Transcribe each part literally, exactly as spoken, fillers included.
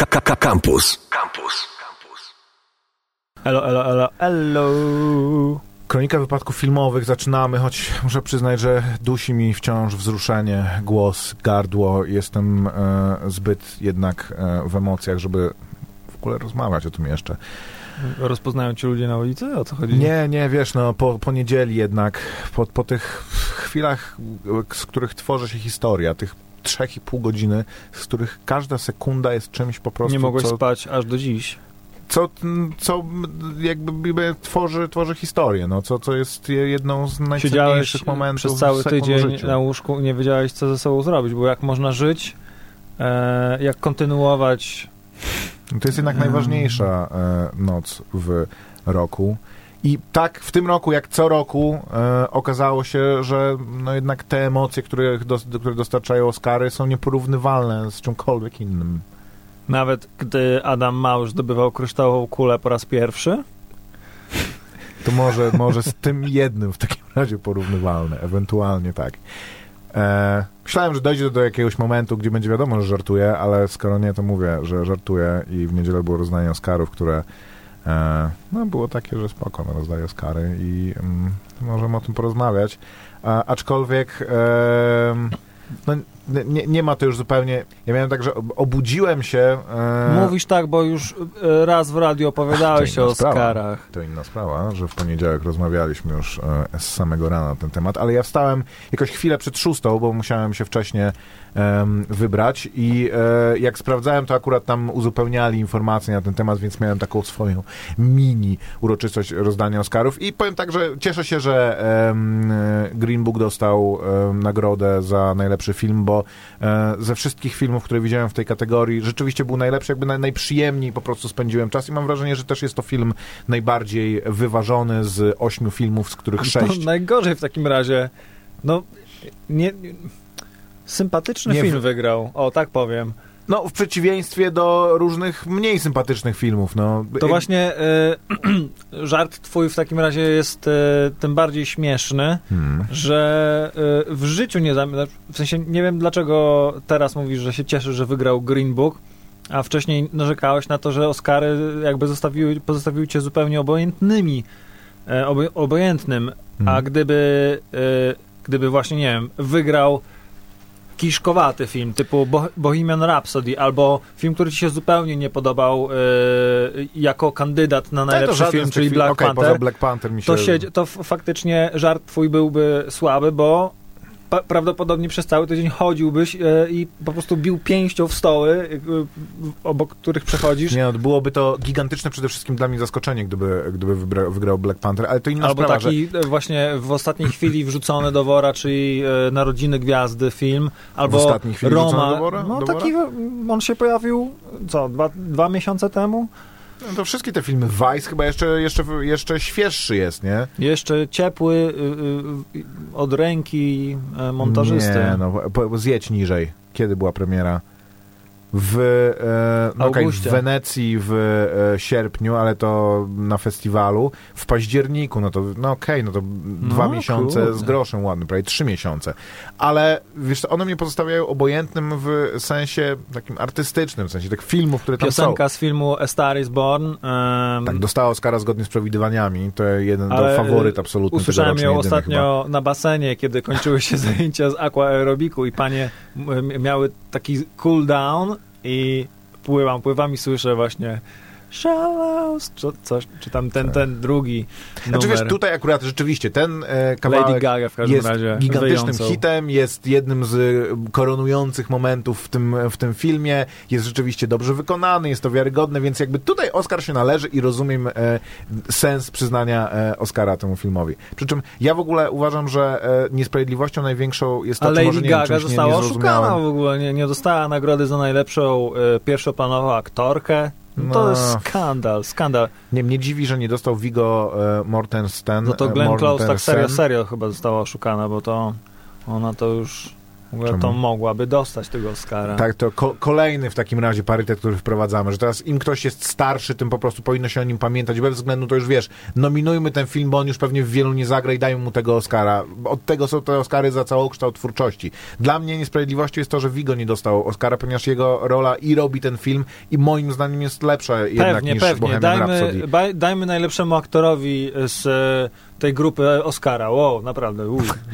Campus. Campus. Elo, elo, elo, elo. Kronika wypadków filmowych, zaczynamy, choć muszę przyznać, że dusi mi wciąż wzruszenie, głos, gardło. Jestem e, zbyt jednak e, w emocjach, żeby w ogóle rozmawiać o tym jeszcze. Rozpoznają ci ludzie na ulicy? O co chodzi? Nie, nie, wiesz, no po, po niedzieli jednak, po, po tych chwilach, z których tworzy się historia, tych trzech i pół godziny, z których każda sekunda jest czymś po prostu... Nie mogłeś co, spać aż do dziś. Co, co jakby tworzy, tworzy historię, no, co, co jest jedną z najcenniejszych momentów przez cały tydzień życiu. Na łóżku, nie wiedziałeś, co ze sobą zrobić, bo jak można żyć, e, jak kontynuować... To jest jednak najważniejsza e, noc w roku. I tak w tym roku, jak co roku, e, okazało się, że no jednak te emocje, które, do, które dostarczają Oscary, są nieporównywalne z czymkolwiek innym. Nawet gdy Adam Małż zdobywał kryształową kulę po raz pierwszy? To może, może z tym jednym w takim razie porównywalne, ewentualnie tak. E, myślałem, że dojdzie do jakiegoś momentu, gdzie będzie wiadomo, że żartuję, ale skoro nie, to mówię, że żartuję i w niedzielę było rozdanie Oscarów, które e, no, było takie, że spoko, no, rozdaję Oscary i mm, możemy o tym porozmawiać. A, aczkolwiek e, no, nie, nie ma to już zupełnie... Ja miałem tak, że obudziłem się... E... Mówisz tak, bo już raz w radiu opowiadałeś o Oscarach. To inna sprawa, że w poniedziałek rozmawialiśmy już e, z samego rana na ten temat, ale ja wstałem jakoś chwilę przed szóstą, bo musiałem się wcześniej e, wybrać i e, jak sprawdzałem, to akurat tam uzupełniali informacje na ten temat, więc miałem taką swoją mini uroczystość rozdania Oscarów i powiem tak, że cieszę się, że e, Green Book dostał e, nagrodę za najlepszy film, bo e, ze wszystkich filmów, które widziałem w tej kategorii, rzeczywiście był najlepszy, jakby naj, najprzyjemniej po prostu spędziłem czas i mam wrażenie, że też jest to film najbardziej wyważony z ośmiu filmów, z których sześć... To najgorzej w takim razie. No, nie... Sympatyczny nie film w... wygrał, o, tak powiem. No, w przeciwieństwie do różnych mniej sympatycznych filmów, no. To właśnie y, żart twój w takim razie jest y, tym bardziej śmieszny, hmm. że y, w życiu nie... W sensie nie wiem, dlaczego teraz mówisz, że się cieszysz, że wygrał Green Book, a wcześniej narzekałeś na to, że Oscary jakby zostawiły, pozostawiły cię zupełnie obojętnymi, y, oboj, obojętnym, hmm. a gdyby, y, gdyby właśnie, nie wiem, wygrał kiszkowaty film, typu Bo- Bohemian Rhapsody, albo film, który ci się zupełnie nie podobał yy, jako kandydat na najlepszy film, czyli Black okay, Panther, poza Black Panther mi się... to, się, to f- faktycznie żart twój byłby słaby, bo pa- prawdopodobnie przez cały tydzień chodziłbyś yy, i po prostu bił pięścią w stoły, yy, obok których przechodzisz. Nie, no, byłoby to gigantyczne przede wszystkim dla mnie zaskoczenie, gdyby, gdyby wybra- wygrał Black Panther, ale to inna Albo sprawa, taki że... właśnie w ostatniej chwili wrzucony do wora, czyli yy, Narodziny Gwiazdy film, albo w ostatniej chwili Roma. do wora? No do taki, wora? on się pojawił, co, dwa, dwa miesiące temu? No to wszystkie te filmy, Vice chyba jeszcze, jeszcze, jeszcze świeższy jest, nie? Jeszcze ciepły y, y, od ręki y, montażysty. Nie, no, po, zjedź niżej. Kiedy była premiera? W, e, no okay, w Wenecji w e, sierpniu, ale to na festiwalu. W październiku, no to no okej, okay, no to no, dwa miesiące kurde. Z groszem ładny, prawie trzy miesiące. Ale wiesz co, one mnie pozostawiają obojętnym w sensie takim artystycznym, w sensie tych filmów, które tam Piosenka są. Piosenka z filmu A Star is Born. Um, tak, dostała Oscara zgodnie z przewidywaniami. To jeden to faworyt absolutny. Usłyszałem ją ostatnio chyba. Na basenie, kiedy kończyły się zajęcia z aquaerobiku i panie m- miały taki cool down i pływam, pływam i słyszę właśnie Shallows, czy, coś, czy tam ten, ten drugi numer. Znaczy wiesz, tutaj akurat rzeczywiście ten e, kawałek Lady Gaga w każdym jest razie gigantycznym wyjącą. hitem, jest jednym z koronujących momentów w tym, w tym filmie, jest rzeczywiście dobrze wykonany, jest to wiarygodne, więc jakby tutaj Oscar się należy i rozumiem e, sens przyznania e, Oscara temu filmowi. Przy czym ja w ogóle uważam, że e, niesprawiedliwością największą jest to, A czy Lady może nie Gaga wiem, została nie, nie oszukana w ogóle, nie, nie dostała nagrody za najlepszą e, pierwszoplanową aktorkę. No. To jest skandal, skandal. Nie, mnie dziwi, że nie dostał Viggo e, Mortensen. No to Glenn Mortensen. Close tak serio, serio chyba została oszukana, bo to ona to już W ogóle to mogłaby dostać tego Oscara. Tak, to ko- kolejny w takim razie parytet, który wprowadzamy, że teraz im ktoś jest starszy, tym po prostu powinno się o nim pamiętać, bez względu, to już wiesz, nominujmy ten film, bo on już pewnie w wielu nie zagra i dajmy mu tego Oscara. Od tego są te Oscary za całokształt twórczości. Dla mnie niesprawiedliwością jest to, że Viggo nie dostał Oscara, ponieważ jego rola i robi ten film i moim zdaniem jest lepsza jednak pewnie, niż pewnie. Bohemian Dajmy, Rhapsody. baj, dajmy najlepszemu aktorowi z e, tej grupy Oscara. Wow, naprawdę.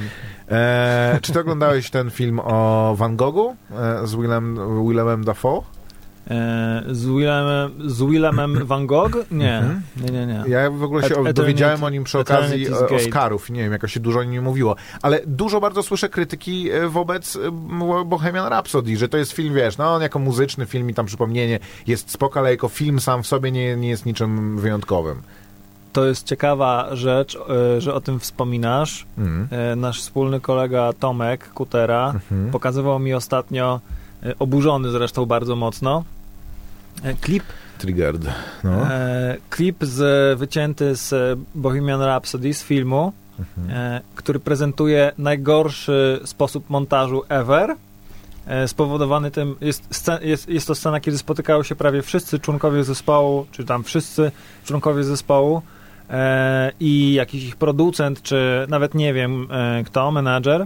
E, czy ty oglądałeś ten film o Van Goghu e, z Willem, Willemem Dafoe? E, z, Willemem, z Willemem Van Gogh? Nie. Mhm. nie, nie, nie. Ja w ogóle się Et- dowiedziałem o nim przy okazji Eternity's Gate. Oscarów. Nie wiem, jakoś się dużo o nim nie mówiło. Ale dużo bardzo słyszę krytyki wobec Bohemian Rhapsody, że to jest film, wiesz, no on jako muzyczny film i tam przypomnienie jest spoko, ale jako film sam w sobie nie, nie jest niczym wyjątkowym. To jest ciekawa rzecz, że o tym wspominasz. Mm. Nasz wspólny kolega Tomek Kutera Mm-hmm. pokazywał mi ostatnio, oburzony zresztą bardzo mocno, klip Triggered. No. e, klip z, wycięty z Bohemian Rhapsody, z filmu, Mm-hmm. e, który prezentuje najgorszy sposób montażu ever, e, spowodowany tym, jest, scen, jest, jest to scena, kiedy spotykają się prawie wszyscy członkowie zespołu, czy tam wszyscy członkowie zespołu e, i jakiś ich producent, czy nawet nie wiem e, kto, menadżer,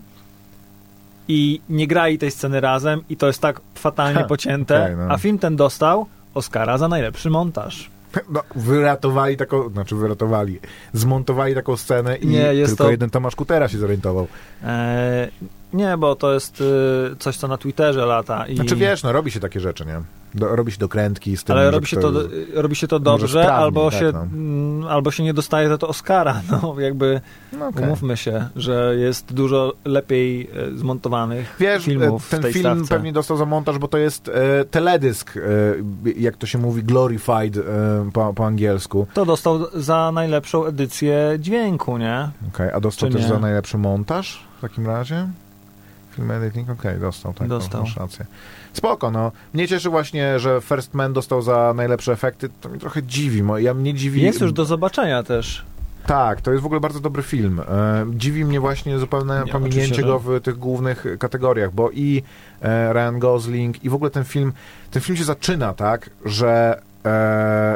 i nie grali tej sceny razem i to jest tak fatalnie Ha, pocięte, okay, no. a film ten dostał Oscara za najlepszy montaż. No, wyratowali taką, znaczy wyratowali, zmontowali taką scenę i Nie, jest tylko to- jeden Tomasz Kutera się zorientował. E, nie, bo to jest y, coś, co na Twitterze lata. I... Znaczy wiesz, no robi się takie rzeczy, nie? Do, robi się dokrętki z tym, Ale że robi się, kto- to, robi się to może dobrze, sprawnie, albo, tak, się, no. mm, albo się nie dostaje za to Oscara. No, jakby No, okay. umówmy się, że jest dużo lepiej e, zmontowanych Wiesz, filmów ten w tej film stawce. pewnie dostał za montaż, bo to jest e, teledysk, e, jak to się mówi, glorified e, po, po angielsku. To dostał za najlepszą edycję dźwięku, nie? Okay, a dostał Czy też nie? za najlepszy montaż w takim razie? Film editing, okej, okay, dostał, tak, Dostał. masz rację. Spoko, no. Mnie cieszy właśnie, że First Man dostał za najlepsze efekty, to mnie trochę dziwi, mo- ja mnie dziwi... Jest już do zobaczenia też. Tak, to jest w ogóle bardzo dobry film. E, dziwi mnie właśnie zupełne Nie, pominięcie oczywiście, go że- w tych głównych kategoriach, bo i e, Ryan Gosling i w ogóle ten film, ten film się zaczyna tak, że e,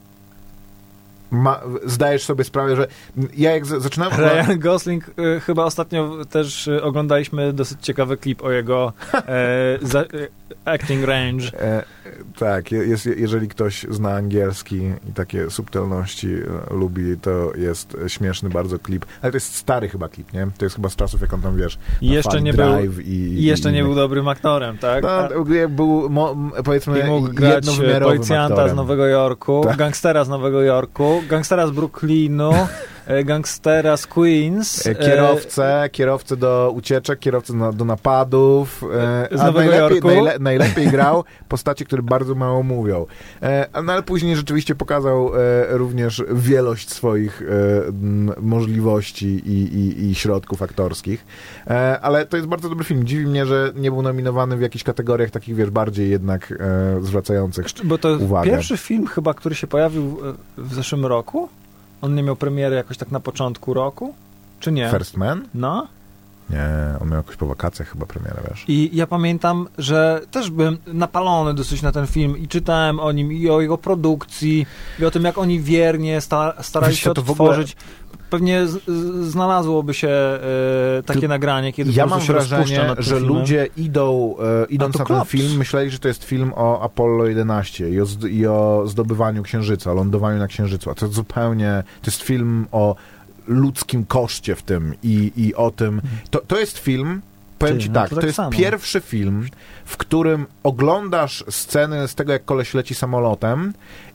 ma, zdajesz sobie sprawę, że ja jak z, zaczynałem... Ryan Gosling, y, chyba ostatnio też y, oglądaliśmy dosyć ciekawy klip o jego e, za, y, acting range. E, tak, je- jest, jeżeli ktoś zna angielski i takie subtelności e, lubi, to jest śmieszny bardzo klip, ale to jest stary chyba klip, nie? To jest chyba z czasów, jak on tam, wiesz, I jeszcze nie był, Drive i, i jeszcze i nie innych. był dobrym aktorem, tak? No, A- był, mo, powiedzmy, I mógł grać jednowymiarowym policjanta aktorem. z Nowego Jorku, Tak. gangstera z Nowego Jorku, gangstera z Brooklynu, e, gangstera z Queens. E, Kierowcę, kierowcę do ucieczek, kierowcę na, do napadów. E, Z a Nowego najlepiej, Jorku. najle, najlepiej grał postaci, które bardzo mało mówią. E, no ale później rzeczywiście pokazał e, również wielość swoich e, m, możliwości i, i, i środków aktorskich. E, ale to jest bardzo dobry film. Dziwi mnie, że nie był nominowany w jakichś kategoriach takich, wiesz, bardziej jednak e, zwracających Bo to uwagę. pierwszy film chyba, który się pojawił e, w zeszłym roku? On nie miał premiery jakoś tak na początku roku? Czy nie? First Man? No. Nie, on miał jakoś po wakacjach chyba premierę, wiesz. I ja pamiętam, że też byłem napalony dosyć na ten film i czytałem o nim i o jego produkcji i o tym, jak oni wiernie sta starali Wiesz się co, to w ogóle- odtworzyć. Pewnie z, z, znalazłoby się e, takie Ty- nagranie, kiedy Ja po mam prostu się rozpuszcza wrażenie, nad tym że filmem. ludzie idą, e, idąc to na ten klops. film, myśleli, że to jest film o Apollo jedenaście i o, zd- i o zdobywaniu Księżyca, o lądowaniu na Księżycu. A to zupełnie, to jest film o ludzkim koszcie w tym i, i o tym. To, to jest film, powiem Ty, ci no tak, to to, tak jest samo. pierwszy film, w którym oglądasz sceny z tego, jak koleś leci samolotem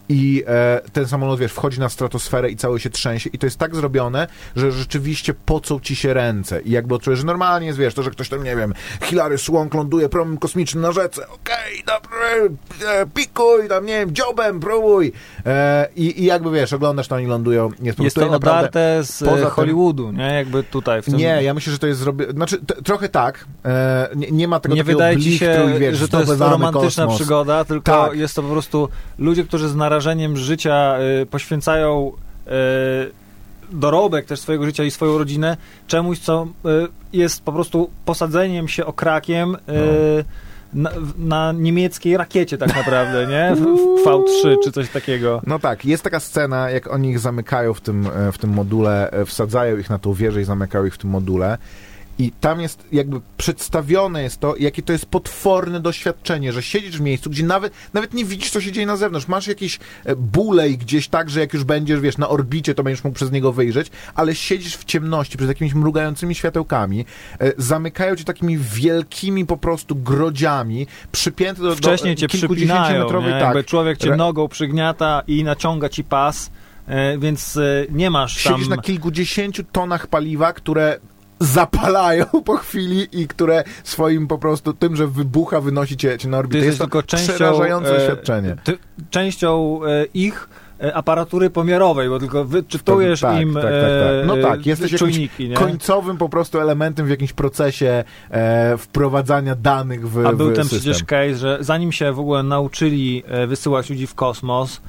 i e, ten samolot, wiesz, wchodzi na stratosferę i cały się trzęsie i to jest tak zrobione, że rzeczywiście pocą ci się ręce i jakby czujesz, że normalnie jest, wiesz, to, że ktoś tam, nie wiem, Hilary Swank ląduje promem kosmicznym na rzece, okej, okay, e, pikuj, tam, nie wiem, dziobem, próbuj e, i, i jakby, wiesz, oglądasz to, oni lądują, jest po Jest prostu to naprawdę- odarte z poza e, tym- Hollywoodu, nie? Jakby tutaj w tym... Nie, ja myślę, że to jest zrobione, znaczy t- trochę tak, e, nie, nie ma tego nie takiego wydaje ci się, blichtru i, wiesz, że to jest zdobywamy romantyczna kosmos. przygoda, tylko Tak. jest to po prostu ludzie, którzy z narażeniem życia y, poświęcają y, dorobek też swojego życia i swoją rodzinę czemuś, co y, jest po prostu posadzeniem się okrakiem y, no. na, na niemieckiej rakiecie tak naprawdę, nie? W, w V trzy czy coś takiego. No tak, jest taka scena, jak oni ich zamykają w tym, w tym module, wsadzają ich na tą wieżę i zamykają ich w tym module. I tam jest jakby przedstawione jest to, jakie to jest potworne doświadczenie, że siedzisz w miejscu, gdzie nawet, nawet nie widzisz, co się dzieje na zewnątrz. Masz jakiś bulej gdzieś tak, że jak już będziesz, wiesz, na orbicie, to będziesz mógł przez niego wyjrzeć, ale siedzisz w ciemności, przed jakimiś mrugającymi światełkami, e, zamykają cię takimi wielkimi po prostu grodziami, przypięte do, Wcześniej do cię kilkudziesięciometrowej, tak. Jakby człowiek cię nogą przygniata i naciąga ci pas, e, więc e, nie masz tam... Siedzisz na kilkudziesięciu tonach paliwa, które zapalają po chwili i które swoim po prostu tym, że wybucha, wynosi cię, cię na orbitę. Jest, jest to tylko częścią, przerażające e, doświadczenie. Ty, częścią e, ich e, aparatury pomiarowej, bo tylko wyczytujesz tak, im tak, tak, tak. No tak, jesteś czujniki, nie? końcowym po prostu elementem w jakimś procesie e, wprowadzania danych w A był w ten system. przecież case, że zanim się w ogóle nauczyli e, wysyłać ludzi w kosmos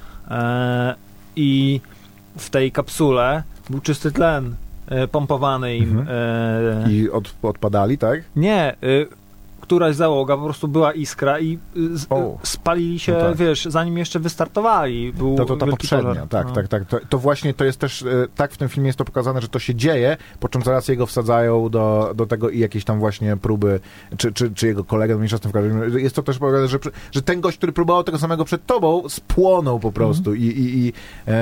e, i w tej kapsule był czysty tlen pompowany im. Mhm. E... I od, odpadali, tak? Nie. Y, któraś załoga, po prostu była iskra i z, o, spalili się, no tak. wiesz, zanim jeszcze wystartowali. Był to to ta poprzednia, pożar. tak, no. tak, tak. To, to właśnie to jest też, tak w tym filmie jest to pokazane, że to się dzieje, po czym zaraz jego wsadzają do, do tego i jakieś tam właśnie próby, czy, czy, czy jego kolega, mniejszości w każdym razie. Jest to też pokazane, że, że ten gość, który próbował tego samego przed tobą, spłonął po prostu mm. i, i, i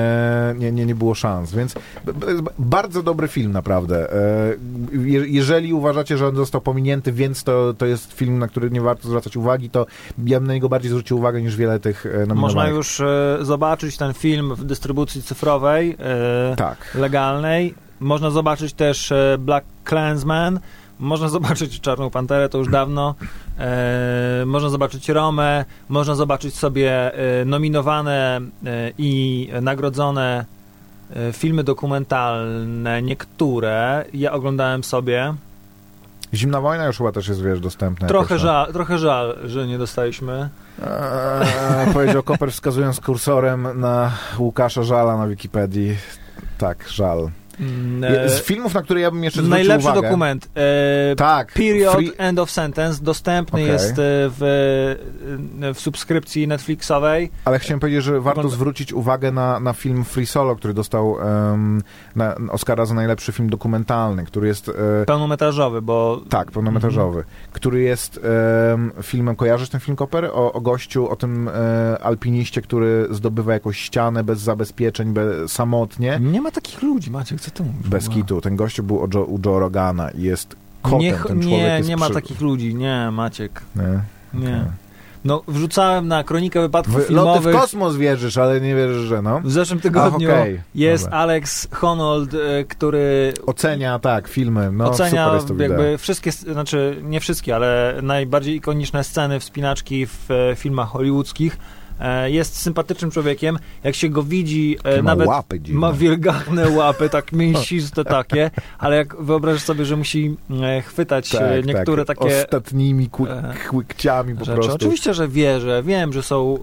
e, nie, nie, nie było szans, więc b, b, bardzo dobry film naprawdę. E, je, jeżeli uważacie, że on został pominięty, więc to, to jest film, na który nie warto zwracać uwagi, to ja bym na niego bardziej zwrócił uwagę niż wiele tych nominowanych. Można już e, zobaczyć ten film w dystrybucji cyfrowej, e, tak. legalnej. Można zobaczyć też e, Black Klansman, można zobaczyć Czarną Panterę, to już dawno. E, można zobaczyć Romę, można zobaczyć sobie e, nominowane e, i nagrodzone e, filmy dokumentalne, niektóre. Ja oglądałem sobie. Zimna wojna już chyba też jest, wiesz, dostępna. Trochę jakoś, żal, trochę żal, że nie dostaliśmy. Eee, powiedział Koper, wskazując kursorem na Łukasza Żala na Wikipedii. Tak, żal. Z filmów, na które ja bym jeszcze zwrócił Najlepszy uwagę. dokument. E, tak. Period Free... End of Sentence. Dostępny okay. jest w, w subskrypcji Netflixowej. Ale chciałem powiedzieć, że warto Ogląda... zwrócić uwagę na, na film Free Solo, który dostał um, na Oscara za najlepszy film dokumentalny, który jest... E... Pełnometrażowy, bo... Tak, pełnometrażowy. Mm. Który jest um, filmem... Kojarzysz ten film, Koper? O, o gościu, o tym e, alpiniście, który zdobywa jakąś ścianę bez zabezpieczeń, bez, samotnie. Nie ma takich ludzi, Maciek, co ty mówisz? Bez kitu. Ten gościu był u Joe, u Joe Rogana i jest kotem. Nie, ten człowiek nie, jest nie ma przy... takich ludzi. Nie, Maciek. Nie? Nie. Okay. No, wrzucałem na kronikę wypadków w, filmowych. Loty w kosmos wierzysz, ale nie wierzysz, że no. W zeszłym tygodniu Ach, okay. jest Dobra. Alex Honnold, który... Ocenia, tak, filmy. No, ocenia super jest to jakby wideo. wszystkie, znaczy nie wszystkie, ale najbardziej ikoniczne sceny wspinaczki w filmach hollywoodzkich. Jest sympatycznym człowiekiem. Jak się go widzi, Takie nawet ma łapy dziwne. Ma wielgachne łapy, tak mięsiste takie, ale jak wyobrażasz sobie, że musi chwytać tak, niektóre tak. takie... Ostatnimi łykciami po rzeczy. prostu. Oczywiście, że wierzę. Wiem, że są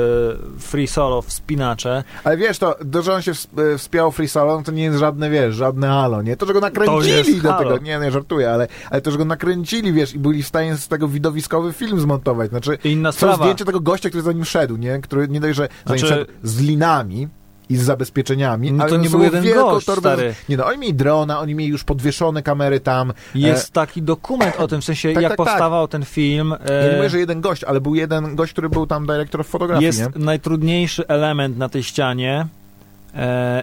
e, free solo wspinacze. Ale wiesz, to, to że on się wspiął free solo, no to nie jest żadne, wiesz, żadne halo, nie? To, że go nakręcili do halo. tego, nie, nie, żartuję, ale, ale to, że go nakręcili, wiesz, i byli w stanie z tego widowiskowy film zmontować. Znaczy, inna są sprawa. zdjęcie tego gościa, który za nim szedł, nie? Który nie dość, że za nim Znaczy... szedł z linami i z zabezpieczeniami, no ale to nie był jeden gość, stary. Nie no, oni mieli drona, oni mieli już podwieszone kamery tam. Jest e... taki dokument o tym, w sensie tak, jak tak, powstawał tak. ten film. E... Ja nie mówię, że jeden gość, ale był jeden gość, który był tam dyrektor fotografii, Jest nie? najtrudniejszy element na tej ścianie e...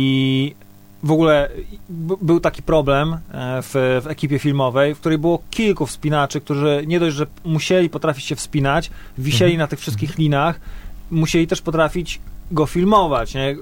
i w ogóle b- był taki problem w, w ekipie filmowej, w której było kilku wspinaczy, którzy nie dość, że musieli potrafić się wspinać, wisieli na tych wszystkich linach, musieli też potrafić go filmować, nie?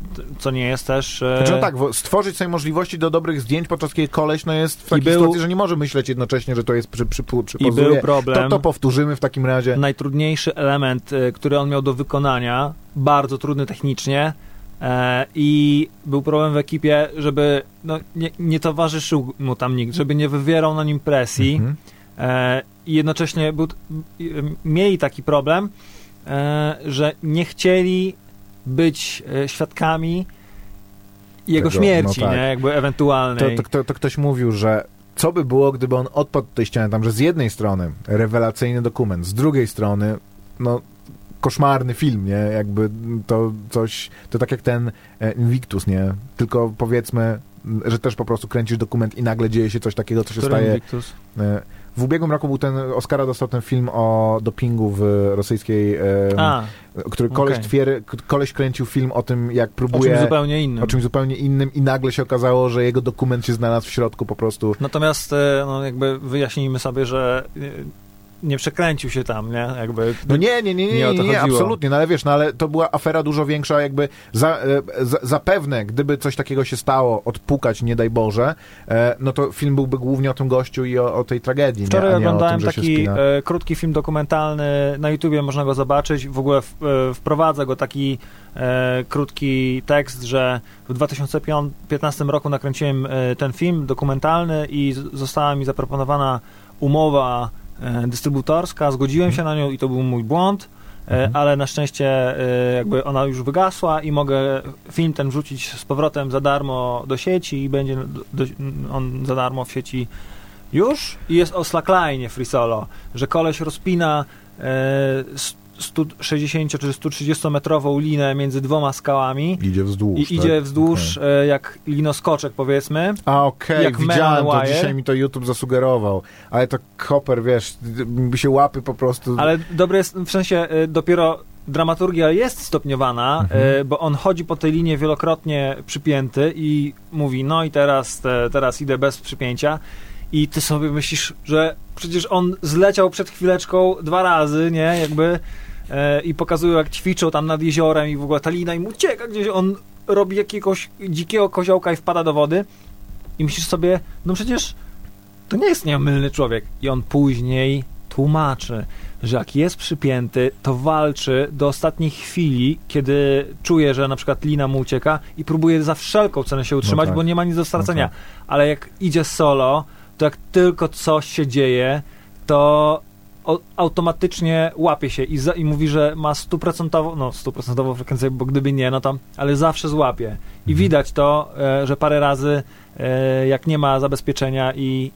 Co nie jest też... E... Znaczy, no tak, stworzyć sobie możliwości do dobrych zdjęć, podczas kiedy koleś no jest w takiej był... sytuacji, że nie może myśleć jednocześnie, że to jest przy, przy, przy I był problem. To, to powtórzymy w takim razie. Najtrudniejszy element, który on miał do wykonania, bardzo trudny technicznie, E, i był problem w ekipie, żeby no, nie, nie towarzyszył mu tam nikt, żeby nie wywierał na nim presji mhm. e, i jednocześnie był, mieli taki problem, e, że nie chcieli być e, świadkami jego tego, śmierci, no tak. nie? Jakby ewentualnej. To, to, to, to ktoś mówił, że co by było, gdyby on odpadł tej ściany, tam, że z jednej strony rewelacyjny dokument, z drugiej strony, no, koszmarny film, nie? Jakby to coś, to tak jak ten Invictus, nie? Tylko powiedzmy, że też po prostu kręcisz dokument i nagle dzieje się coś takiego, co się Który staje... Invictus? W ubiegłym roku był ten, Oscara dostał ten film o dopingu w rosyjskiej, A, który koleś, okay. twier, koleś kręcił film o tym, jak próbuje... O czymś zupełnie innym. O czymś zupełnie innym i nagle się okazało, że jego dokument się znalazł w środku po prostu. Natomiast no, jakby wyjaśnijmy sobie, że nie przekręcił się tam, nie? Jakby no nie, nie, nie, nie, nie, nie, nie absolutnie, no ale wiesz, no ale to była afera dużo większa, jakby za, za, zapewne, gdyby coś takiego się stało, odpukać, nie daj Boże, e, no to film byłby głównie o tym gościu i o, o tej tragedii. Wczoraj nie, a nie oglądałem o tym, że taki się e, krótki film dokumentalny, na YouTubie można go zobaczyć, w ogóle w, e, wprowadza go taki e, krótki tekst, że w dwa tysiące piętnastym roku nakręciłem e, ten film dokumentalny i z, została mi zaproponowana umowa dystrybutorska, zgodziłem się na nią i to był mój błąd, mhm. ale na szczęście jakby ona już wygasła i mogę film ten wrzucić z powrotem za darmo do sieci i będzie do, on za darmo w sieci już i jest o slackline Free Solo, że koleś rozpina sto sześćdziesiąt czy sto trzydzieści metrową linę między dwoma skałami. Idzie wzdłuż. I tak? idzie wzdłuż okay. jak linoskoczek, powiedzmy. A okej, okay. widziałem to, dzisiaj mi to YouTube zasugerował. Ale to Hopper, wiesz, by się łapy po prostu... Ale dobre jest, w sensie dopiero dramaturgia jest stopniowana, mhm. bo on chodzi po tej linie wielokrotnie przypięty i mówi, no i teraz, te, teraz idę bez przypięcia. I ty sobie myślisz, że przecież on zleciał przed chwileczką dwa razy, nie, jakby e, i pokazują, jak ćwiczą tam nad jeziorem i w ogóle ta lina im ucieka gdzieś, on robi jakiegoś dzikiego koziołka i wpada do wody i myślisz sobie, no przecież to nie jest nieomylny człowiek. I on później tłumaczy, że jak jest przypięty, to walczy do ostatniej chwili, kiedy czuje, że na przykład lina mu ucieka i próbuje za wszelką cenę się utrzymać, no tak. bo nie ma nic do stracenia. No tak. Ale jak idzie solo, to jak tylko coś się dzieje, to o, automatycznie łapie się i, za, i mówi, że ma stuprocentową, no stuprocentową frekwencję, bo gdyby nie, no tam, ale zawsze złapie. I mhm. widać to, e, że parę razy e, jak nie ma zabezpieczenia i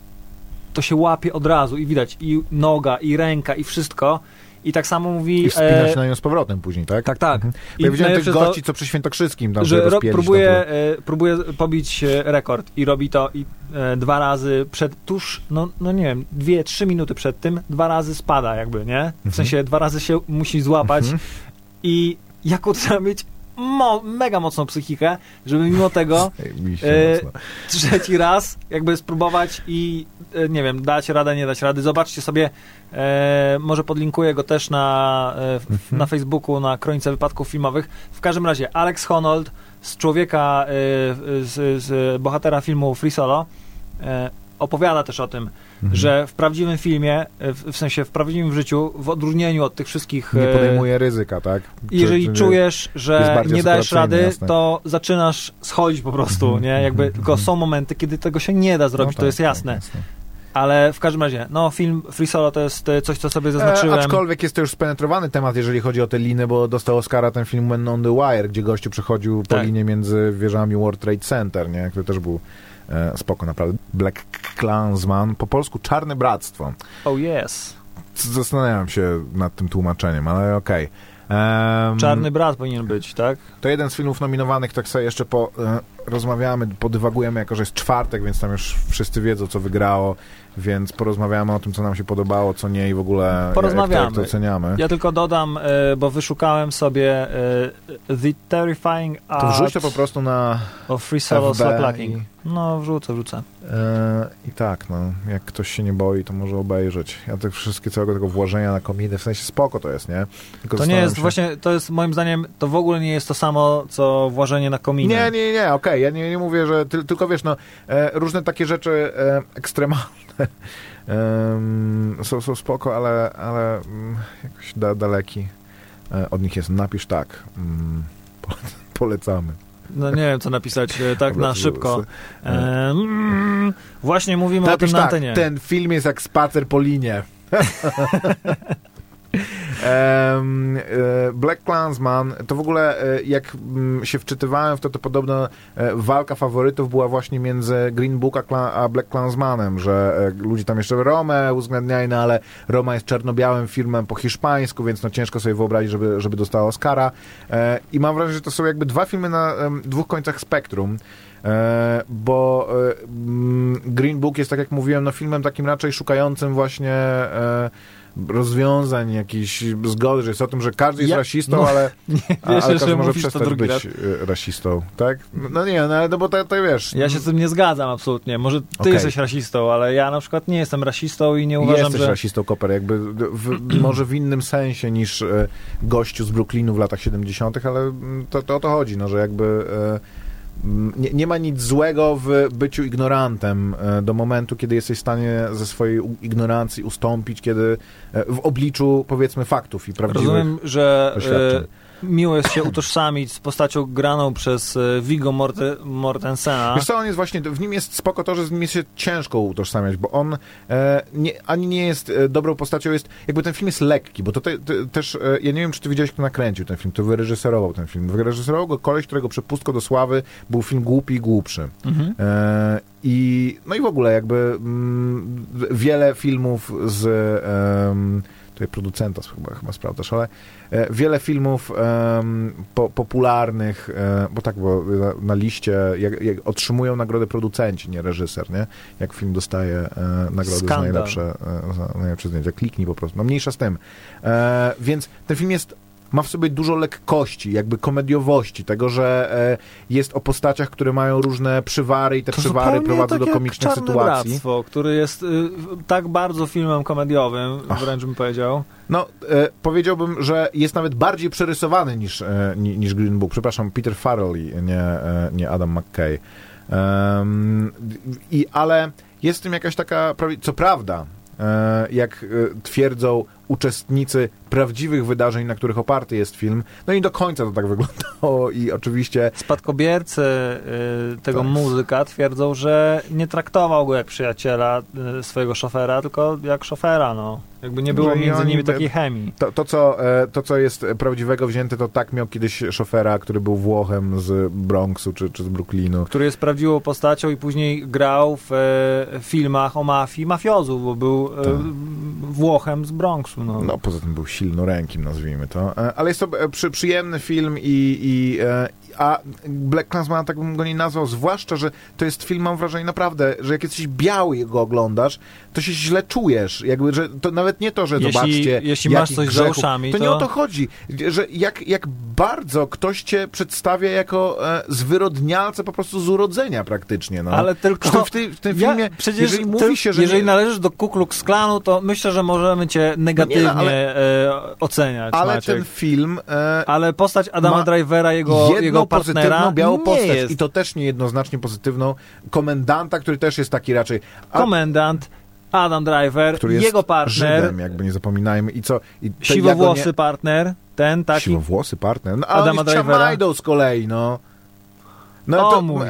to się łapie od razu i widać i noga, i ręka, i wszystko. I tak samo mówi... I wspina się e, na nią z powrotem później, tak? Tak, tak. Mhm. I ja widziałem tych gości, to, co przy Świętokrzyskim tam że ro, próbuje, e, próbuje pobić rekord i robi to i e, dwa razy przed, tuż, no, no nie wiem, dwie, trzy minuty przed tym, dwa razy spada jakby, nie? W mhm. sensie dwa razy się musi złapać mhm. i jaką trzeba mieć Mo, mega mocną psychikę, żeby mimo tego e, trzeci raz jakby spróbować i e, nie wiem, dać radę, nie dać rady. Zobaczcie sobie, e, może podlinkuję go też na, e, w, mhm. na Facebooku, na Kronice Wypadków Filmowych. W każdym razie Alex Honnold z człowieka, e, z, z bohatera filmu Free Solo, e, opowiada też o tym, mhm. że w prawdziwym filmie, w, w sensie w prawdziwym życiu, w odróżnieniu od tych wszystkich... Nie podejmuje ryzyka, tak? Czy, jeżeli czy czujesz, że nie dajesz rady, jasne. to zaczynasz schodzić po prostu, mhm. nie? Jakby, mhm. tylko są momenty, kiedy tego się nie da zrobić, no tak, to jest jasne. Tak, jasne. Ale w każdym razie, no film Free Solo to jest coś, co sobie zaznaczyłem. E, aczkolwiek jest to już spenetrowany temat, jeżeli chodzi o te liny, bo dostał Oscara ten film When on the Wire, gdzie gościu przechodził po tak. linie między wieżami World Trade Center, nie? Który też był e, spoko, naprawdę. Black Klansman, po polsku Czarne Bractwo. Oh yes. Zastanawiam się nad tym tłumaczeniem, ale okej. Okay. Um, Czarny Brat powinien być, tak? To jeden z filmów nominowanych, tak sobie jeszcze po, e, rozmawiamy, podywagujemy, jako że jest czwartek, więc tam już wszyscy wiedzą, co wygrało, więc porozmawiamy o tym, co nam się podobało, co nie i w ogóle porozmawiamy. Jak to, jak to oceniamy. Ja tylko dodam, e, bo wyszukałem sobie e, The Terrifying Art... To wrzuć to po prostu na of Free Solo Slacklacking. No, wrzucę, wrzucę. E, I tak, no, jak ktoś się nie boi, to może obejrzeć. Ja te wszystkie całego tego włożenia na kominy, w sensie spoko to jest, nie? Tylko to nie jest się... właśnie, to jest moim zdaniem, to w ogóle nie jest to samo, co włożenie na kominy. Nie, nie, nie, okej, okay. Ja nie, nie mówię, że ty, tylko wiesz, no, e, różne takie rzeczy e, ekstremalne e, są, są spoko, ale, ale m, jakoś da, daleki e, od nich jest. Napisz tak. Mm, po, polecamy. No nie wiem, co napisać tak na szybko. E, mm, właśnie mówimy Napisz o tym na tak, antenie. Ten film jest jak spacer po linie. Um, Black Klansman, to w ogóle jak się wczytywałem w to, to podobno walka faworytów była właśnie między Green Book a, a Black Klansmanem, że ludzie tam jeszcze Romę uwzględniają, no ale Roma jest czarno-białym filmem po hiszpańsku, więc no ciężko sobie wyobrazić, żeby, żeby dostała Oscara. I mam wrażenie, że to są jakby dwa filmy na dwóch końcach spektrum. E, bo e, Green Book jest, tak jak mówiłem, no filmem takim raczej szukającym właśnie e, rozwiązań, jakiejś zgody, że jest o tym, że każdy jest ja, rasistą, no, ale, nie, a, wiesz, ale każdy może przestać być raz. rasistą, tak? No nie, no, no bo to, to wiesz... Ja się z tym nie zgadzam absolutnie. Może ty okay. jesteś rasistą, ale ja na przykład nie jestem rasistą i nie uważam, Jesteś że... Jesteś rasistą, Koper, jakby w, może w innym sensie niż e, gościu z Brooklynu w latach siedemdziesiątych, ale to, to o to chodzi, no, że jakby... E, Nie, nie ma nic złego w byciu ignorantem do momentu, kiedy jesteś w stanie ze swojej ignorancji ustąpić, kiedy w obliczu, powiedzmy, faktów i prawdziwych Rozumiem, że doświadczeń. Miło jest się utożsamić z postacią graną przez Viggo Morte, Mortensena. Wiesz co, on jest właśnie, w nim jest spoko to, że z nim jest się ciężko utożsamiać, bo on e, nie, ani nie jest e, dobrą postacią, jest, jakby ten film jest lekki, bo to te, te, też, e, ja nie wiem, czy ty widziałeś, kto nakręcił ten film, kto wyreżyserował ten film. Wyreżyserował go koleś, którego przepustką do sławy był film Głupi i Głupszy. Mhm. E, i, no i w ogóle jakby m, wiele filmów z... E, tutaj producenta chyba, chyba sprawdzasz, ale e, wiele filmów e, po, popularnych, e, bo tak, bo na, na liście jak, jak otrzymują nagrodę producenci, nie reżyser, nie? Jak film dostaje e, nagrody Skandal. za najlepsze, e, za najlepsze zdjęcia. Kliknij po prostu. No mniejsza z tym. E, więc ten film jest ma w sobie dużo lekkości, jakby komediowości, tego, że e, jest o postaciach, które mają różne przywary i te to przywary prowadzą tak do komicznych jak sytuacji. Bractwo, który jest y, tak bardzo filmem komediowym, Och. wręcz bym powiedział. No, e, powiedziałbym, że jest nawet bardziej przerysowany niż, e, niż Green Book. Przepraszam, Peter Farrelly, nie, e, nie Adam McKay. Um, i, ale jest w tym jakaś taka, co prawda, e, jak e, twierdzą uczestnicy prawdziwych wydarzeń, na których oparty jest film. No i do końca to tak wyglądało i oczywiście... Spadkobiercy y, tego tak. muzyka twierdzą, że nie traktował go jak przyjaciela y, swojego szofera, tylko jak szofera, no. Jakby nie było no między nimi takiej chemii. To, to, co, to, co jest prawdziwego wzięte, to tak miał kiedyś szofera, który był Włochem z Bronxu czy, czy z Brooklynu. Który jest prawdziwą postacią i później grał w e, filmach o mafii, mafiozów, bo był e, Włochem z Bronxu. No. no, poza tym był silnorękim, nazwijmy to. Ale jest to przy, przyjemny film i, i a Black Klansman, tak bym go nie nazwał, zwłaszcza, że to jest film, mam wrażenie naprawdę, że jak jesteś biały i go oglądasz, to się źle czujesz. Jakby, że to nawet nie to, że jeśli, zobaczcie, jeśli masz coś grzechów, za uszami, to, to nie o to chodzi. Że jak, jak bardzo ktoś cię przedstawia jako e, zwyrodnialcę po prostu z urodzenia praktycznie. No. Ale tylko... W tym, w tym filmie, ja, przecież jeżeli ty, mówi się, że... Jeżeli nie... należysz do Ku Klux Klanu, to myślę, że możemy cię negatywnie no nie, ale, e, oceniać, Ale Maciek. ten film... E, ale postać Adama Drivera, jego, jego partnera, białą nie postać jest. i to też niejednoznacznie pozytywną. Komendanta, który też jest taki raczej... A... Komendant, Adam Driver, który jest jego partner... Żydem, jakby nie zapominajmy. I co? I te, siwowłosy nie... partner, ten taki... Siwowłosy partner? No, a Adama on jest Chamajdą z kolei, no. No o to... mój,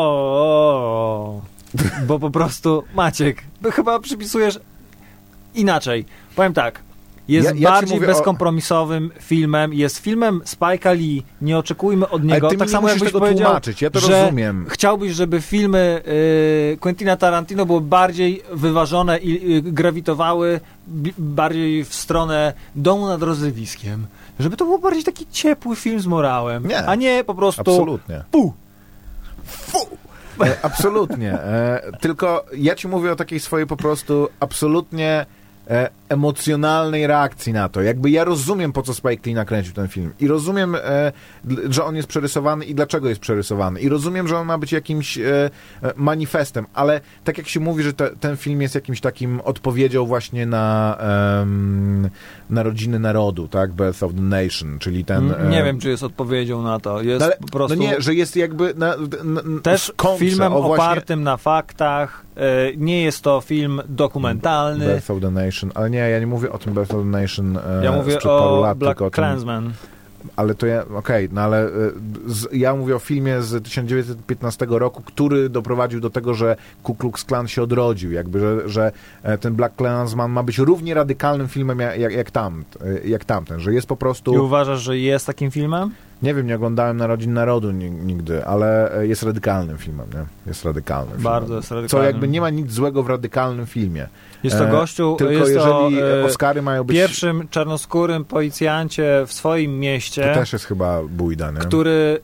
bo... bo po prostu, Maciek, chyba przypisujesz inaczej. Powiem tak, jest ja, ja bardziej bezkompromisowym o... filmem, jest filmem Spike'a Lee, nie oczekujmy od niego, ale ty tak samo jakbyś tego powiedział, tłumaczyć. Ja to że rozumiem. chciałbyś, żeby filmy y, Quentina Tarantino były bardziej wyważone i y, grawitowały b- bardziej w stronę Domu nad rozlewiskiem. Żeby to był bardziej taki ciepły film z morałem, nie, a nie po prostu absolutnie. Pu! Fu! E, absolutnie. E, tylko ja ci mówię o takiej swojej po prostu absolutnie e, emocjonalnej reakcji na to. Jakby ja rozumiem, po co Spike Lee nakręcił ten film. I rozumiem, e, że on jest przerysowany i dlaczego jest przerysowany. I rozumiem, że on ma być jakimś e, manifestem, ale tak jak się mówi, że te, ten film jest jakimś takim odpowiedzią właśnie na um, narodziny narodu, tak? Birth of the Nation, czyli ten... E, nie wiem, czy jest odpowiedzią na to. Jest ale, po prostu... No nie, że jest jakby... Na, na, na, też kontrze, filmem o właśnie... opartym na faktach. E, nie jest to film dokumentalny. Birth of the Nation, ale nie, ja nie mówię o tym Birth of the Nation e, ja mówię sprzed paru o lat, Black tylko o Klansman. Ale to ja, okej, okay, no ale z, ja mówię o filmie z tysiąc dziewięćset piętnastego roku, który doprowadził do tego, że Ku Klux Klan się odrodził, jakby, że, że ten Black Klansman ma być równie radykalnym filmem jak, jak, jak, tam, jak tamten, że jest po prostu... I uważasz, że jest takim filmem? Nie wiem, nie oglądałem Narodzin Narodu nigdy, ale jest radykalnym filmem, nie? Jest radykalnym filmem. Bardzo jest radykalnym. Co jakby nie ma nic złego w radykalnym filmie. Jest to gościu, e, tylko jest jeżeli to, e, Oscary mają być... pierwszym czarnoskórym policjancie w swoim mieście. To też jest chyba bójda, nie? Który...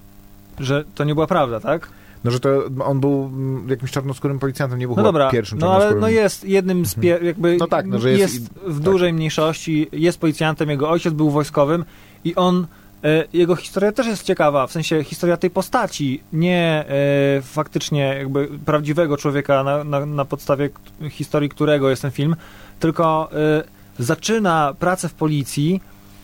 Że to nie była prawda, tak? No, że to on był jakimś czarnoskórym policjantem, nie był no chyba dobra, pierwszym no czarnoskórym. ale no jest jednym z pier... jakby no tak, no, że jest, jest w dużej tak. mniejszości, jest policjantem, jego ojciec był wojskowym i on jego historia też jest ciekawa, w sensie historia tej postaci, nie e, faktycznie jakby prawdziwego człowieka, na, na, na podstawie historii którego jest ten film, tylko e, zaczyna pracę w policji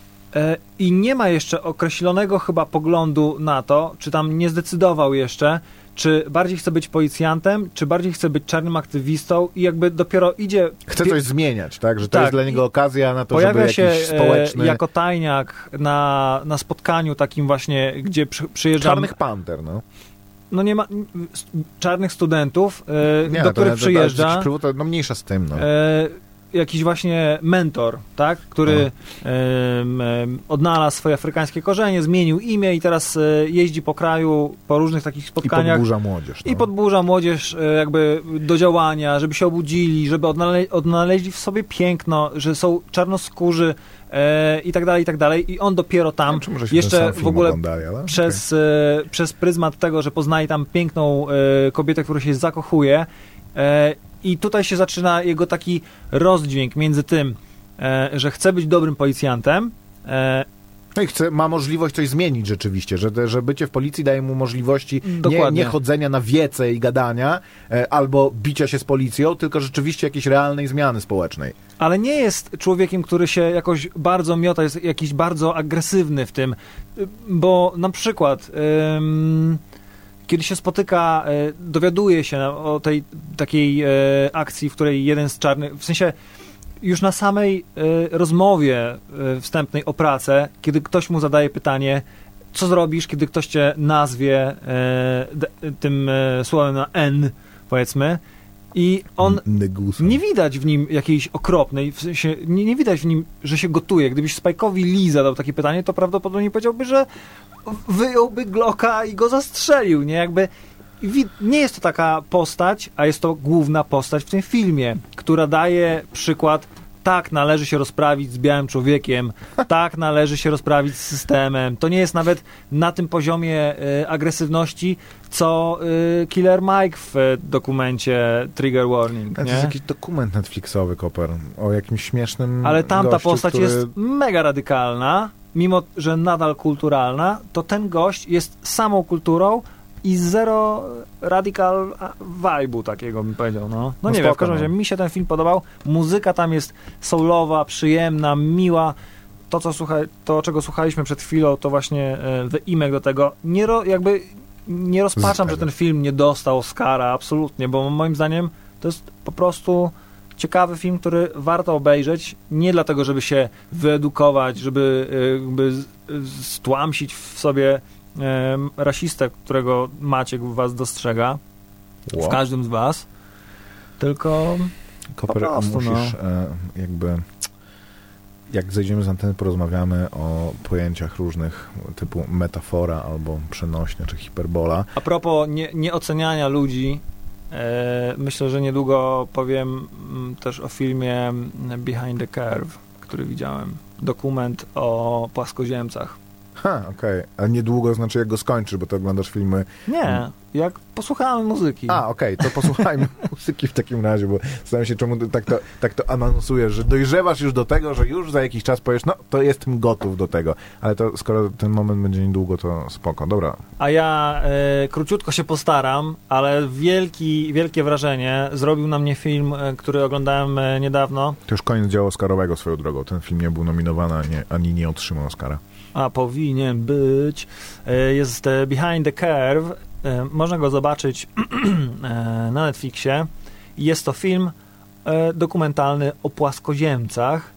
e, i nie ma jeszcze określonego chyba poglądu na to, czy tam nie zdecydował jeszcze, czy bardziej chce być policjantem, czy bardziej chce być czarnym aktywistą i jakby dopiero idzie... Chce coś zmieniać, tak? Że to tak, jest dla niego okazja na to, pojawia żeby się jakiś społeczny... jako tajniak na, na spotkaniu takim właśnie, gdzie przy, przyjeżdżam... Czarnych Panter, no. No nie ma... Czarnych studentów, e, nie, do których to, przyjeżdża... To, to, no mniejsza z tym, no. E, jakiś właśnie mentor, tak, który no. e, e, odnalazł swoje afrykańskie korzenie, zmienił imię i teraz e, jeździ po kraju po różnych takich spotkaniach. I podburza młodzież. No. I podburza młodzież e, jakby do działania, żeby się obudzili, żeby odnale odnaleźli w sobie piękno, że są czarnoskórzy e, i tak dalej, i tak dalej. I on dopiero tam wiem, jeszcze w ogóle oglądali, ale przez, okay. e, przez pryzmat tego, że poznaje tam piękną e, kobietę, która się zakochuje, e, i tutaj się zaczyna jego taki rozdźwięk między tym, e, że chce być dobrym policjantem. E, no i chce, ma możliwość coś zmienić rzeczywiście, że, że bycie w policji daje mu możliwości nie, nie chodzenia na wiece i gadania, e, albo bicia się z policją, tylko rzeczywiście jakiejś realnej zmiany społecznej. Ale nie jest człowiekiem, który się jakoś bardzo miota, jest jakiś bardzo agresywny w tym, bo na przykład... Ym, kiedy się spotyka, dowiaduje się o tej takiej akcji, w której jeden z czarnych, w sensie już na samej rozmowie wstępnej o pracę, kiedy ktoś mu zadaje pytanie, co zrobisz, kiedy ktoś cię nazwie tym słowem na N, powiedzmy, i on, Negusem. nie widać w nim jakiejś okropnej, w sensie, nie, nie widać w nim, że się gotuje. Gdybyś Spike'owi Lee zadał takie pytanie, to prawdopodobnie powiedziałby, że wyjąłby Glocka i go zastrzelił, nie? Jakby nie jest to taka postać, a jest to główna postać w tym filmie, która daje przykład, tak należy się rozprawić z białym człowiekiem, tak należy się rozprawić z systemem. To nie jest nawet na tym poziomie y, agresywności, co y, Killer Mike w y, dokumencie Trigger Warning. To nie? jest jakiś dokument Netflixowy, Koper, o jakimś śmiesznym Ale tamta gościu, postać który... jest mega radykalna, mimo że nadal kulturalna, to ten gość jest samą kulturą i zero radical vibe'u takiego, bym powiedział. No, no, no nie spoko, wiem, w każdym razie no. mi się ten film podobał. Muzyka tam jest soulowa, przyjemna, miła. To, co słucha, to czego słuchaliśmy przed chwilą, to właśnie e, wyimek do tego. Nie ro, jakby nie rozpaczam, że ten film nie dostał Oscara, absolutnie, bo moim zdaniem to jest po prostu ciekawy film, który warto obejrzeć, nie dlatego, żeby się wyedukować, żeby jakby stłamsić w sobie e, rasistę, którego Maciek w was dostrzega, wow. w każdym z was, tylko Koper, po prostu, musisz no. e, jakby jak zejdziemy z anteny, porozmawiamy o pojęciach różnych typu metafora albo przenośnia czy hiperbola. A propos nie, nieoceniania ludzi, e, myślę, że niedługo powiem m, też o filmie Behind the Curve, który widziałem. Dokument o płaskoziemcach. Ha, okej. Okay. A niedługo znaczy jak go skończysz, bo to oglądasz filmy... Nie, jak posłuchamy muzyki. A, okej, okay, to posłuchajmy muzyki w takim razie, bo zastanawiam się, czemu tak to, tak to anonsujesz, że dojrzewasz już do tego, że już za jakiś czas powiesz, no, to jestem gotów do tego. Ale to skoro ten moment będzie niedługo, to spoko, dobra. A ja e, króciutko się postaram, ale wielki, wielkie wrażenie zrobił na mnie film, e, który oglądałem e, niedawno. To już koniec dzieła Oscarowego swoją drogą. Ten film nie był nominowany, ani, ani nie otrzymał Oscara. A powinien być. Jest Behind the Curve. Można go zobaczyć na Netflixie. Jest to film dokumentalny o płaskoziemcach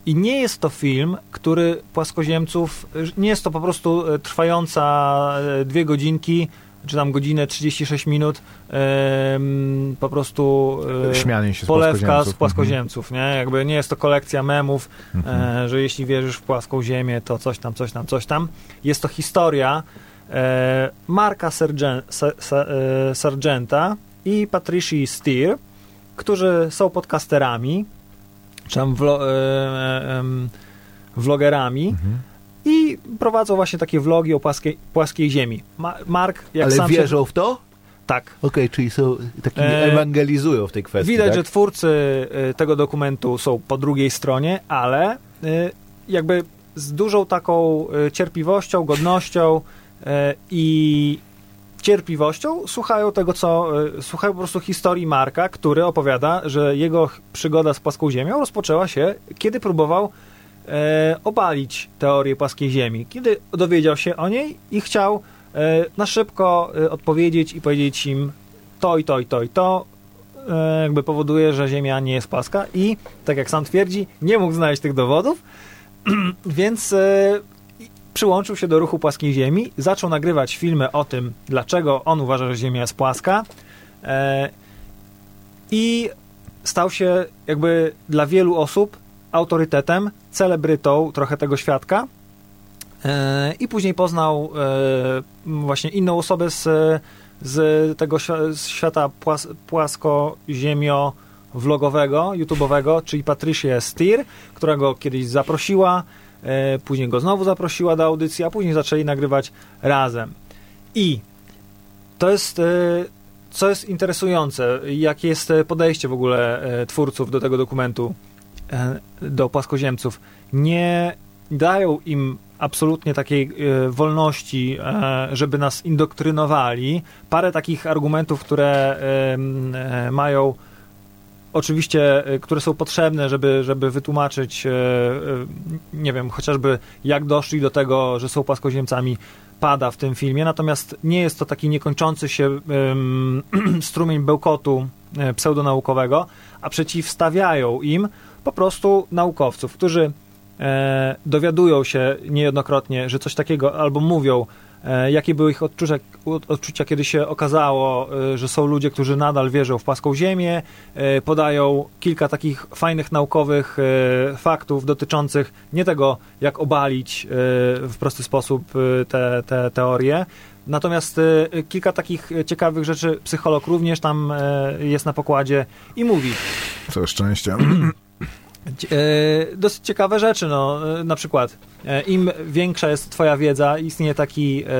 I nie jest to film, który płaskoziemców, nie jest to po prostu trwająca dwie godzinki, czy tam godzinę trzydzieści sześć minut, ym, po prostu yy, śmianie się z polewka płaskoziemców. z płaskoziemców, nie? Jakby nie jest to kolekcja memów, Mhm. e, że jeśli wierzysz w płaską ziemię, to coś tam, coś tam, coś tam. Jest to historia e, Marka Sargen, Sa, Sa, e, Sargenta i Patricia Steer, którzy są podcasterami, czy tam vlo, e, e, vlogerami, Mhm. i prowadzą właśnie takie vlogi o płaskiej, płaskiej ziemi. Ma, Mark, jak Ale sam wierzą się... w to? Tak. Okej, czyli są taki E, ewangelizują w tej kwestii, Widać, tak? że twórcy y, tego dokumentu są po drugiej stronie, ale y, jakby z dużą taką y, cierpliwością, godnością y, i cierpliwością słuchają tego, co... Y, słuchają po prostu historii Marka, który opowiada, że jego przygoda z płaską ziemią rozpoczęła się, kiedy próbował e, obalić teorię płaskiej ziemi. Kiedy dowiedział się o niej i chciał e, na szybko e, odpowiedzieć i powiedzieć im to i to i to i to e, jakby powoduje, że ziemia nie jest płaska i, tak jak sam twierdzi, nie mógł znaleźć tych dowodów, więc e, przyłączył się do ruchu płaskiej ziemi, zaczął nagrywać filmy o tym, dlaczego on uważa, że ziemia jest płaska e, i stał się jakby dla wielu osób autorytetem, celebrytą trochę tego świadka e, i później poznał e, właśnie inną osobę z, z tego świ- z świata płas- płasko-ziemio-vlogowego, YouTube'owego, czyli Patricia Steer, która go kiedyś zaprosiła, e, później go znowu zaprosiła do audycji, a później zaczęli nagrywać razem. I to jest... E, co jest interesujące, jakie jest podejście w ogóle e, twórców do tego dokumentu, do płaskoziemców, nie dają im absolutnie takiej e, wolności, e, żeby nas indoktrynowali. Parę takich argumentów, które e, e, mają oczywiście, e, które są potrzebne, żeby, żeby wytłumaczyć, e, e, nie wiem, chociażby jak doszli do tego, że są płaskoziemcami, pada w tym filmie, natomiast nie jest to taki niekończący się um, strumień bełkotu e, pseudonaukowego, a przeciwstawiają im po prostu naukowców, którzy e, dowiadują się niejednokrotnie, że coś takiego, albo mówią, e, jakie były ich odczucia, odczucia, kiedy się okazało, e, że są ludzie, którzy nadal wierzą w płaską ziemię, e, podają kilka takich fajnych naukowych e, faktów dotyczących nie tego, jak obalić e, w prosty sposób e, te, te teorie. Natomiast e, kilka takich ciekawych rzeczy psycholog również tam e, jest na pokładzie i mówi. Całe szczęście. E, dosyć ciekawe rzeczy, no, e, na przykład e, im większa jest twoja wiedza, istnieje taki e,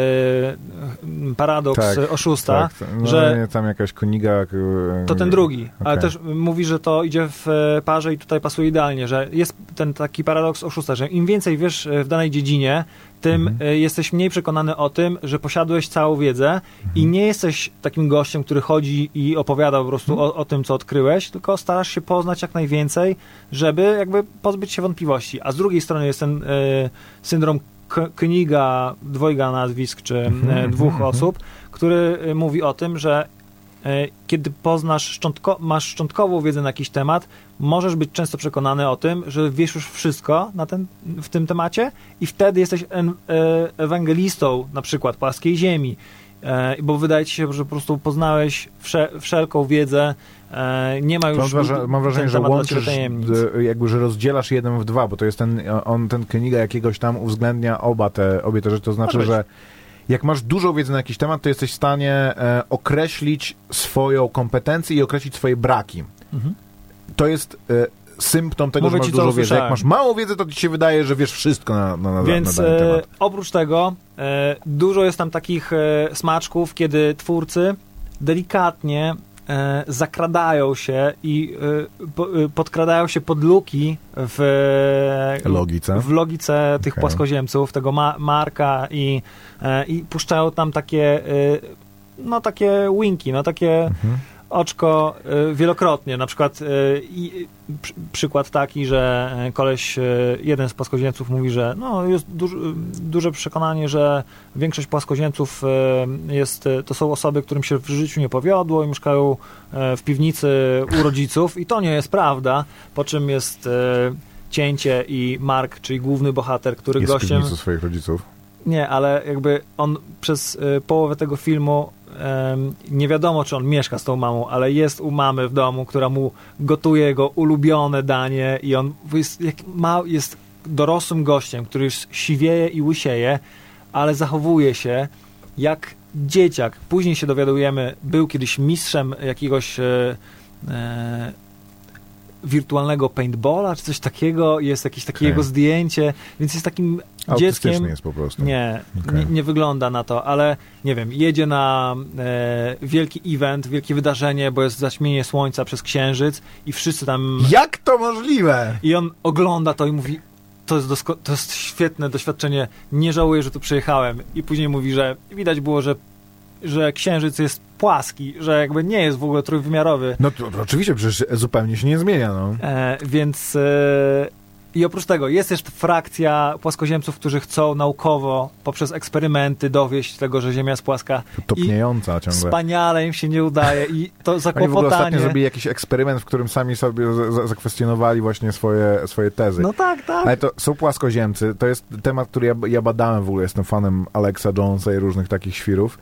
paradoks Tak, oszusta, tak. No, że nie, tam jakaś koniga... e, to ten drugi, ale Okej. też mówi, że to idzie w e, parze i tutaj pasuje idealnie, że jest ten taki paradoks oszusta, że im więcej wiesz e, w danej dziedzinie, tym Mhm. e, jesteś mniej przekonany o tym, że posiadłeś całą wiedzę Mhm. i nie jesteś takim gościem, który chodzi i opowiada po prostu Mhm. o, o tym, co odkryłeś, tylko starasz się poznać jak najwięcej, żeby jakby pozbyć się wątpliwości. A z drugiej strony jest ten e, syndrom K- Kniga, dwojga nazwisk, czy Mhm, e, dwóch mhm. osób, który e, mówi o tym, że e, kiedy poznasz szczątko, masz szczątkową wiedzę na jakiś temat, możesz być często przekonany o tym, że wiesz już wszystko na ten, w tym temacie i wtedy jesteś en, e, ewangelistą na przykład płaskiej ziemi, e, bo wydaje ci się, że po prostu poznałeś wsze, wszelką wiedzę, e, nie ma już Mam, wrażenie, mam wrażenie, ten że temat dla łączysz, ciebie tajemnic. d- jakby, że rozdzielasz jeden w dwa, bo to jest ten, on, ten Kniga jakiegoś tam uwzględnia oba te, obie te rzeczy, to znaczy, Może być. że jak masz dużą wiedzę na jakiś temat, to jesteś w stanie e, określić swoją kompetencję i określić swoje braki. Mhm. To jest e, symptom tego, Mówię że masz ci, co dużo wiedzy. usłyszałem. Jak masz mało wiedzy, to ci się wydaje, że wiesz wszystko na, na, na, Więc na dany e, temat. oprócz tego e, dużo jest tam takich e, smaczków, kiedy twórcy delikatnie e, zakradają się i e, po, e, podkradają się pod luki w Logice. w logice tych Okej. płaskoziemców, tego ma, Marka i, e, i puszczają tam takie e, no takie winki, no takie Mhm. oczko y, wielokrotnie. Na przykład y, i, przy, przykład taki, że y, koleś, y, jeden z płaskoziemców mówi, że no, jest duż, y, duże przekonanie, że większość płaskoziemców y, jest, y, to są osoby, którym się w życiu nie powiodło i mieszkają y, w piwnicy u rodziców i to nie jest prawda, po czym jest y, cięcie i Mark, czyli główny bohater, który Jest gościem... w swoich rodziców. Nie, ale jakby on przez y, połowę tego filmu ym, nie wiadomo, czy on mieszka z tą mamą, ale jest u mamy w domu, która mu gotuje jego ulubione danie i on jest, jak ma, jest dorosłym gościem, który już siwieje i łysieje, ale zachowuje się jak dzieciak. Później się dowiadujemy, był kiedyś mistrzem jakiegoś e, e, wirtualnego paintballa, czy coś takiego, jest jakieś takie Okay. jego zdjęcie, więc jest takim Autystyczny dzieckiem. jest po prostu. Nie, Okay. nie, nie wygląda na to, ale nie wiem, jedzie na e, wielki event, wielkie wydarzenie, bo jest zaćmienie słońca przez księżyc i wszyscy tam... Jak to możliwe? I on ogląda to i mówi, to jest, dosko- to jest świetne doświadczenie, nie żałuję, że tu przyjechałem. I później mówi, że widać było, że, że księżyc jest płaski, że jakby nie jest w ogóle trójwymiarowy. No to, to oczywiście, przecież zupełnie się nie zmienia, no. E, więc e, i oprócz tego jest jeszcze frakcja płaskoziemców, którzy chcą naukowo poprzez eksperymenty dowieść tego, że Ziemia jest płaska. Topniejąca I ciągle. Wspaniale im się nie udaje i to Oni w ogóle ostatnio zakłopotanie. zrobili jakiś eksperyment, w którym sami sobie za- za- zakwestionowali właśnie swoje, swoje tezy. No tak, tak. Ale to są płaskoziemcy. To jest temat, który ja, ja badałem w ogóle. Jestem fanem Alexa Jonesa i różnych takich świrów.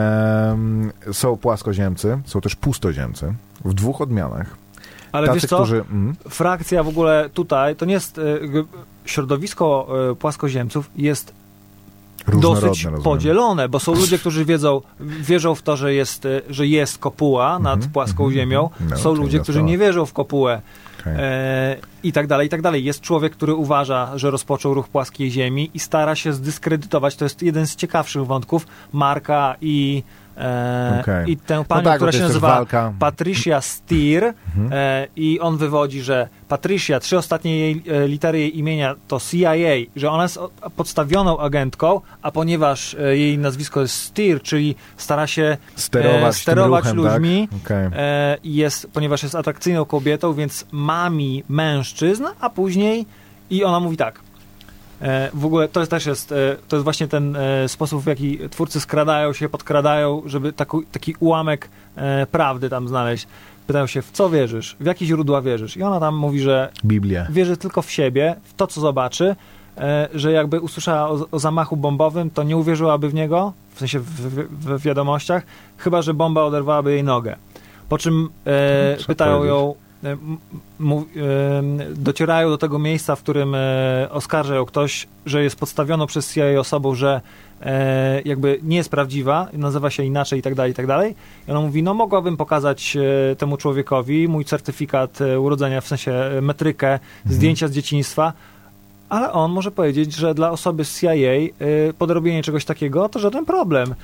Um, są płaskoziemcy, są też pustoziemcy. W dwóch odmianach. Ale Tacy, wiesz co? którzy... Mm, Frakcja w ogóle tutaj, to nie jest y, y, środowisko y, płaskoziemców jest różnorodne, dosyć rozumiem. podzielone, bo są ludzie, którzy wiedzą, wierzą w to, że jest, y, że jest kopuła nad Mhm, płaską mhm, ziemią. no, są to ludzie, inna którzy sprawa. nie wierzą w kopułę. Okay. E, I tak dalej, i tak dalej. Jest człowiek, który uważa, że rozpoczął ruch płaskiej ziemi i stara się zdyskredytować. To jest jeden z ciekawszych wątków Marka i, e, Okay. i tę panią, No tak, bo która to się jest też nazywa walka. Patricia Steer Mhm. e, i on wywodzi, że Patricia, trzy ostatnie jej, e, litery jej imienia to C I A, że ona jest o, podstawioną agentką, a ponieważ e, jej nazwisko jest Steer, czyli stara się Sterować, e, sterować tym ruchem, ludźmi, tak? Okay. e, i jest, ponieważ jest atrakcyjną kobietą, więc mami mężczyzn, a później i ona mówi tak. E, w ogóle to jest też jest, e, to jest właśnie ten e, sposób, w jaki twórcy skradają się, podkradają, żeby taku, taki ułamek e, prawdy tam znaleźć. Pytają się, w co wierzysz? W jakie źródła wierzysz? I ona tam mówi, że Biblię. wierzy tylko w siebie, w to, co zobaczy, e, że jakby usłyszała o, o zamachu bombowym, to nie uwierzyłaby w niego, w sensie w, w, w wiadomościach, chyba że bomba oderwałaby jej nogę. Po czym e, Co pytają powiedzieć? ją, e, m- mów- e, docierają do tego miejsca, w którym e, oskarża ją ktoś, że jest podstawioną przez C I A osobą, że e, jakby nie jest prawdziwa, nazywa się inaczej i tak dalej, i tak dalej. I ona mówi, no mogłabym pokazać e, temu człowiekowi mój certyfikat e, urodzenia, w sensie e, metrykę, Mhm. zdjęcia z dzieciństwa, ale on może powiedzieć, że dla osoby z C I A y, podrobienie czegoś takiego to żaden problem.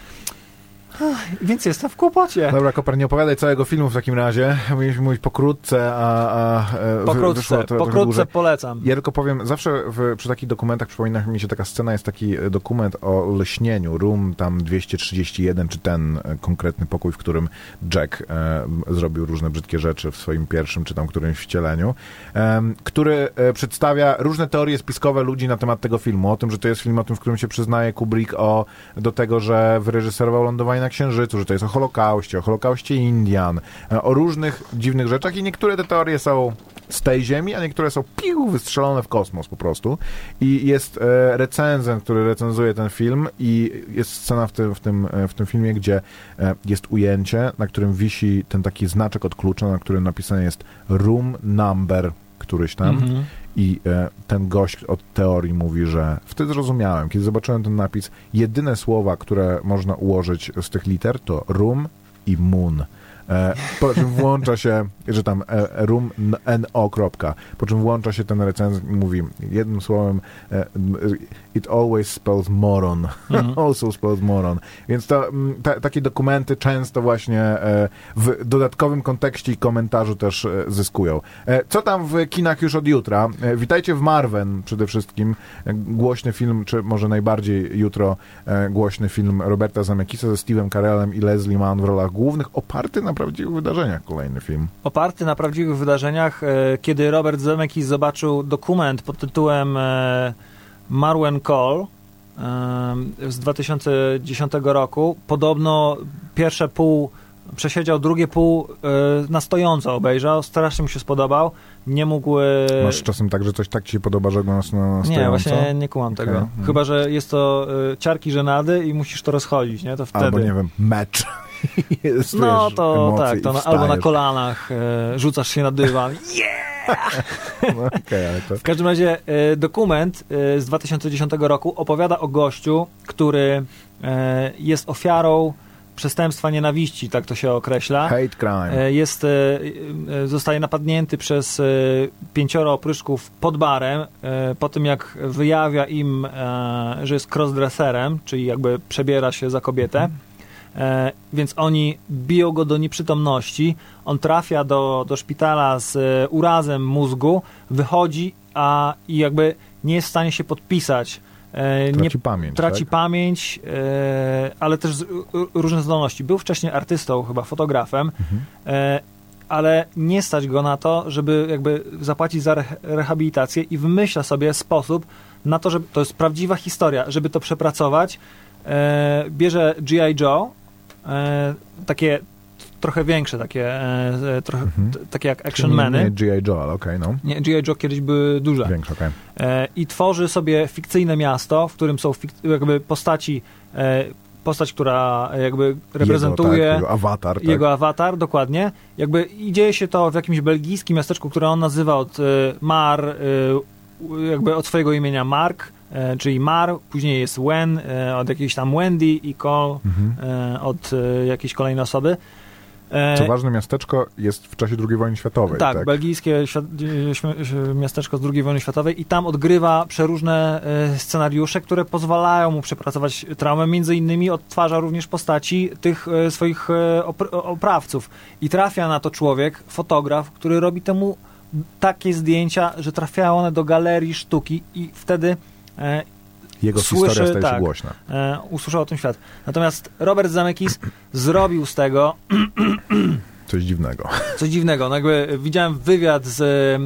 Ach, więc jestem w kłopocie. Dobra, Koper, nie opowiadaj całego filmu w takim razie. Mieliśmy mówić pokrótce, a, a e, wy- wyszło Pokrótce, to trochę pokrótce dłużej. polecam. Ja tylko powiem, zawsze w, przy takich dokumentach przypomina mi się taka scena, jest taki e, dokument o leśnieniu, Room tam dwieście trzydzieści jeden, czy ten e, konkretny pokój, w którym Jack e, zrobił różne brzydkie rzeczy w swoim pierwszym, czy tam którymś wcieleniu, e, który e, przedstawia różne teorie spiskowe ludzi na temat tego filmu, o tym, że to jest film, o tym, w którym się przyznaje Kubrick o, do tego, że wyreżyserował lądowanie na Księżycu, że to jest o Holokauście, o Holokauście Indian, e, o różnych dziwnych rzeczach i niektóre te teorie są z tej ziemi, a niektóre są piu, wystrzelone w kosmos po prostu. I jest e, recenzent, który recenzuje ten film i jest scena w tym, w tym, e, w tym filmie, gdzie e, jest ujęcie, na którym wisi ten taki znaczek od klucza, na którym napisane jest room number któryś tam. Mhm. I e, ten gość od teorii mówi, że wtedy zrozumiałem, kiedy zobaczyłem ten napis, jedyne słowa, które można ułożyć z tych liter to room i moon. E, po czym włącza się, że tam e, room no, kropka, po czym włącza się ten recenzent i mówi jednym słowem e, it always spells moron. Mhm. Also spells moron. Więc to, m, ta, takie dokumenty często właśnie e, w dodatkowym kontekście i komentarzu też e, zyskują. E, co tam w kinach już od jutra? E, witajcie w Marwen przede wszystkim. E, głośny film, czy może najbardziej jutro e, głośny film Roberta Zemeckisa ze Steve'em Carellem i Leslie Mann w rolach głównych, oparty na prawdziwych wydarzeniach kolejny film. Oparty na prawdziwych wydarzeniach, e, kiedy Robert Zemeckis zobaczył dokument pod tytułem e, Marwen Call e, z dwa tysiące dziesiątego roku, podobno pierwsze pół przesiedział drugie pół y, na stojąco, obejrzał, strasznie mu się spodobał, nie mógł... Y... Masz czasem tak, że coś tak ci się podoba, że oglądasz na, na stojąco? Nie, właśnie nie kumam tego. Okay. Chyba, że jest to y, ciarki żenady i musisz to rozchodzić, nie? To wtedy... Albo, nie wiem, mecz. Jest, no wiesz, to tak, to na, albo na kolanach y, rzucasz się na dywan. Yeah! No, okay, ale to... W każdym razie y, dokument y, z dwa tysiące dziesiątego roku opowiada o gościu, który y, jest ofiarą przestępstwa nienawiści, tak to się określa. Hate crime. Jest, zostaje napadnięty przez pięcioro opryszków pod barem, po tym jak wyjawia im, że jest crossdresserem, czyli jakby przebiera się za kobietę, więc oni biją go do nieprzytomności, on trafia do, do szpitala z urazem mózgu, wychodzi, a i jakby nie jest w stanie się podpisać. Traci nie, pamięć, traci tak? pamięć, e, ale też z, różne zdolności. Był wcześniej artystą, chyba fotografem, mhm. e, ale nie stać go na to, żeby jakby zapłacić za re, rehabilitację i wymyśla sobie sposób na to, żeby to jest prawdziwa historia, żeby to przepracować. E, bierze G I Joe, e, takie trochę większe, takie, e, trochę, mhm. t, takie jak Action Many. Nie G I Joe, ale okej, okay, no. Nie, G I Joe kiedyś były duże. Większe, okej. Okay. E, I tworzy sobie fikcyjne miasto, w którym są fik- jakby postaci, e, postać, która jakby reprezentuje... Jego, tak, jego awatar. Tak. Jego awatar, dokładnie. Jakby i dzieje się to w jakimś belgijskim miasteczku, które on nazywa od e, Mar, e, jakby od swojego imienia Mark, e, czyli Mar, później jest Wen, e, od jakiejś tam Wendy i Cole, mhm. e, od e, jakiejś kolejnej osoby. Co ważne, miasteczko jest w czasie drugiej wojny światowej. Tak, tak? belgijskie miasteczko z drugiej wojny światowej i tam odgrywa przeróżne y, scenariusze, które pozwalają mu przepracować traumę. Między innymi odtwarza również postaci tych y, swoich y, op- oprawców. I trafia na to człowiek, fotograf, który robi temu takie zdjęcia, że trafiają one do galerii sztuki i wtedy y, jego słyszy, historia staje tak, się głośna. E, usłyszał o tym świat. Natomiast Robert Zemeckis zrobił z tego coś dziwnego. Coś dziwnego. No jakby widziałem wywiad z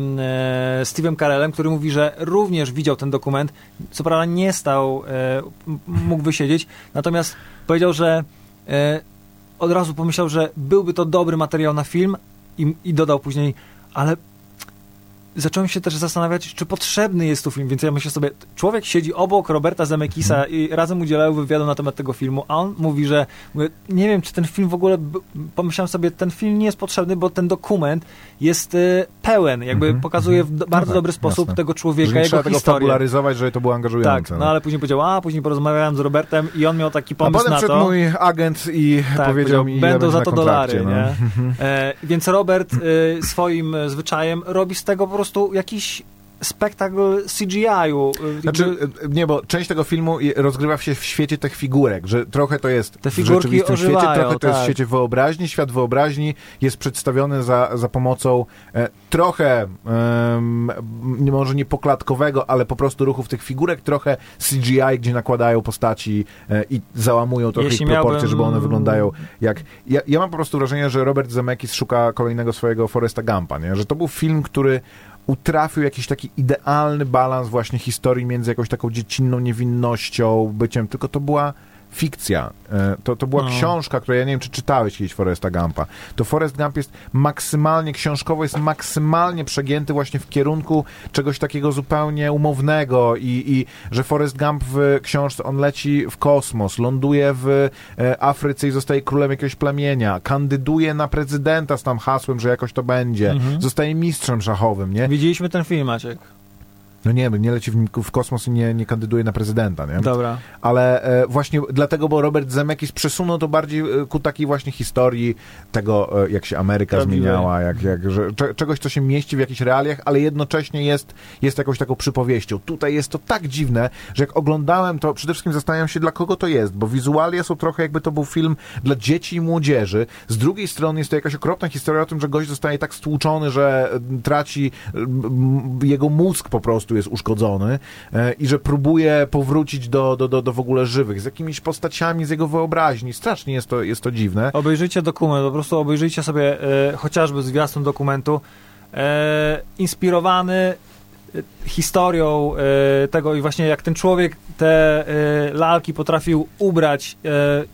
e, Steve'em Carellem, który mówi, że również widział ten dokument. Co prawda nie stał, e, mógł wysiedzieć, natomiast powiedział, że e, od razu pomyślał, że byłby to dobry materiał na film i, i dodał później, ale zacząłem się też zastanawiać, czy potrzebny jest tu film, więc ja myślę sobie, człowiek siedzi obok Roberta Zemeckisa hmm. i razem udzielają wywiadu na temat tego filmu, a on mówi, że mówię, nie wiem, czy ten film w ogóle, pomyślałem sobie, ten film nie jest potrzebny, bo ten dokument jest y, pełen, jakby hmm. pokazuje w do, bardzo no tak, dobry sposób jasne. Tego człowieka, że nie jego trzeba historię. Tego fabularyzować, żeby to było angażujące. Tak, no, no ale później powiedział, a później porozmawiałem z Robertem i on miał taki pomysł a potem na to. przyszedł mój agent i tak, powiedział mi, będą za to dolary, no. nie? E, więc Robert y, swoim zwyczajem robi z tego po prostu jakiś spektakl C G I-u. Znaczy, nie, bo część tego filmu rozgrywa się w świecie tych figurek, że trochę to jest Te w rzeczywistym świecie, trochę to tak. jest w świecie wyobraźni. Świat wyobraźni jest przedstawiony za, za pomocą e, trochę e, może nie poklatkowego, ale po prostu ruchów tych figurek, trochę C G I, gdzie nakładają postaci e, i załamują trochę Jeśli ich proporcje, miałbym... żeby one wyglądają jak... Ja, ja mam po prostu wrażenie, że Robert Zemeckis szuka kolejnego swojego Foresta Gumpa, nie? Że to był film, który utrafił jakiś taki idealny balans właśnie historii między jakąś taką dziecinną niewinnością, byciem, tylko to była fikcja. To, to była no. książka, którą ja nie wiem, czy czytałeś kiedyś Foresta Gumpa. To Forrest Gump jest maksymalnie, książkowo jest maksymalnie przegięty właśnie w kierunku czegoś takiego zupełnie umownego i, i że Forrest Gump w książce, on leci w kosmos, ląduje w Afryce i zostaje królem jakiegoś plemienia, kandyduje na prezydenta z tam hasłem, że jakoś to będzie, mhm. zostaje mistrzem szachowym, nie? Widzieliśmy ten film, Maciek. No nie, nie leci w, w kosmos i nie, nie kandyduje na prezydenta, nie? Dobra. Ale e, właśnie dlatego, bo Robert Zemeckis przesunął to bardziej e, ku takiej właśnie historii tego, e, jak się Ameryka Prawdziwe. zmieniała, jak, jak, że, cze, czegoś, co się mieści w jakichś realiach, ale jednocześnie jest, jest jakąś taką przypowieścią. Tutaj jest to tak dziwne, że jak oglądałem to, przede wszystkim zastanawiam się, dla kogo to jest, bo wizualia są trochę jakby to był film dla dzieci i młodzieży. Z drugiej strony jest to jakaś okropna historia o tym, że gość zostaje tak stłuczony, że traci m, jego mózg po prostu jest uszkodzony e, i że próbuje powrócić do, do, do, do w ogóle żywych, z jakimiś postaciami z jego wyobraźni. Strasznie jest to, jest to dziwne. Obejrzyjcie dokument, po prostu obejrzyjcie sobie e, chociażby zwiastun dokumentu e, inspirowany e, historią e, tego i właśnie jak ten człowiek te e, lalki potrafił ubrać e,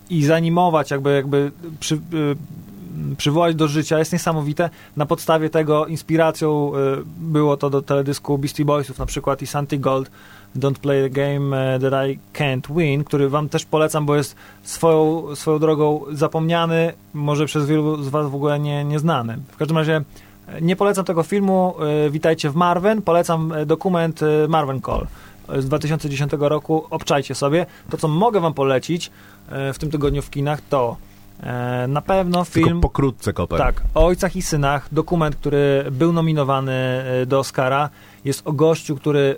i zanimować, jakby, jakby przy, y, przywołać do życia, jest niesamowite. Na podstawie tego inspiracją y, było to do teledysku Beastie Boysów na przykład i Santi Gold Don't Play the Game That I Can't Win, który wam też polecam, bo jest swoją, swoją drogą zapomniany, może przez wielu z was w ogóle nie, nieznany. W każdym razie nie polecam tego filmu. Witajcie w Marwen. Polecam dokument Marwen Call z dwa tysiące dziesiątego roku. Obczajcie sobie. To, co mogę wam polecić w tym tygodniu w kinach, to na pewno film... Tylko pokrótce, Koper. Tak. O ojcach i synach. Dokument, który był nominowany do Oscara. Jest o gościu, który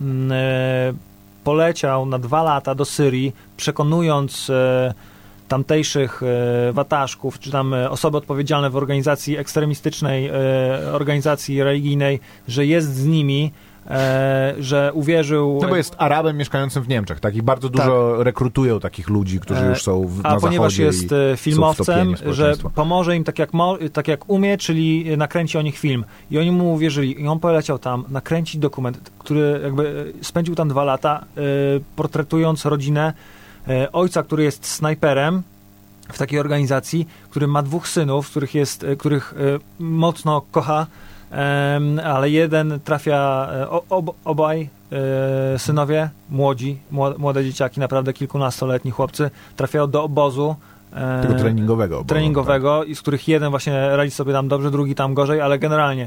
poleciał na dwa lata do Syrii, przekonując tamtejszych e, wataszków, czy tam e, osoby odpowiedzialne w organizacji ekstremistycznej, e, organizacji religijnej, że jest z nimi, e, że uwierzył... No bo jest Arabem mieszkającym w Niemczech, tak? I bardzo dużo tak. rekrutują takich ludzi, którzy już są w, na A ponieważ zachodzie jest filmowcem, że pomoże im tak jak, mo, tak jak umie, czyli nakręci o nich film. I oni mu uwierzyli. I on poleciał tam nakręcić dokument, który jakby spędził tam dwa lata, e, portretując rodzinę ojca, który jest snajperem w takiej organizacji, który ma dwóch synów, których jest, których mocno kocha, ale jeden trafia, ob, obaj synowie, młodzi, młode dzieciaki, naprawdę kilkunastoletni chłopcy, trafiają do obozu tego treningowego obozu, treningowego tak. i z których jeden właśnie radzi sobie tam dobrze, drugi tam gorzej, ale generalnie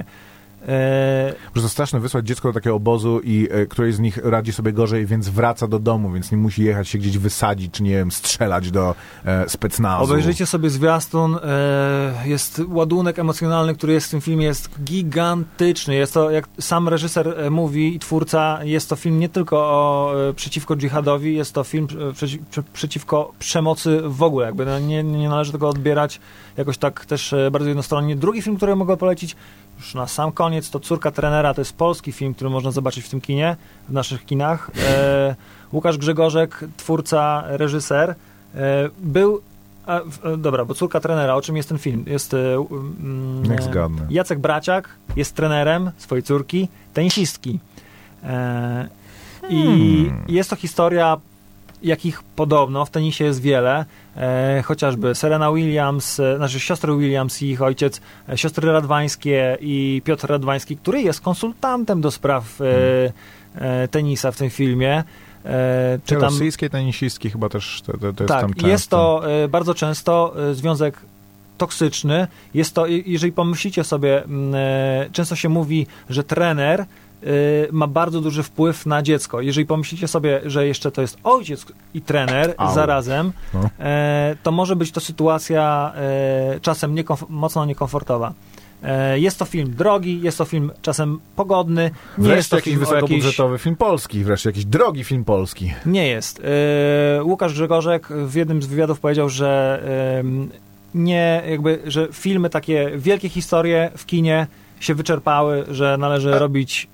Że to straszne wysłać dziecko do takiego obozu i e, któryś z nich radzi sobie gorzej, więc wraca do domu, więc nie musi jechać się gdzieś wysadzić, czy nie wiem, strzelać do e, specnazu. Obejrzyjcie sobie zwiastun, e, jest ładunek emocjonalny, który jest w tym filmie, jest gigantyczny. Jest to, jak sam reżyser mówi i twórca, jest to film nie tylko o, e, przeciwko dżihadowi, jest to film e, przeci, prze, przeciwko przemocy w ogóle. Jakby, no, nie, nie należy tego odbierać jakoś tak też e, bardzo jednostronnie. Drugi film, który mogę polecić już na sam koniec, to Córka trenera, to jest polski film, który można zobaczyć w tym kinie, w naszych kinach. E, Łukasz Grzegorzek, twórca, reżyser, e, był... A, e, dobra, bo Córka trenera, o czym jest ten film? Jest e, e, Jacek Braciak, jest trenerem swojej córki, tenisistki. E, I hmm. jest to historia, jakich podobno w tenisie jest wiele, e, chociażby Serena Williams, e, znaczy siostry Williams i ich ojciec, e, siostry Radwańskie i Piotr Radwański, który jest konsultantem do spraw e, e, tenisa w tym filmie. E, czy tam, rosyjskie tenisistki chyba też to, to, to jest tak, tam często. Jest to e, bardzo często e, związek toksyczny. Jest to, jeżeli pomyślicie sobie, e, często się mówi, że trener ma bardzo duży wpływ na dziecko. Jeżeli pomyślicie sobie, że jeszcze to jest ojciec i trener Au. zarazem, no. e, to może być to sytuacja e, czasem niekomf- mocno niekomfortowa. E, jest to film drogi, jest to film czasem pogodny. Nie wreszcie jest to jakiś film wysokobudżetowy jakiś... film polski, wreszcie jakiś drogi film polski. Nie jest. E, Łukasz Grzegorzek w jednym z wywiadów powiedział, że e, nie, jakby, że filmy takie, wielkie historie w kinie się wyczerpały, że należy A. robić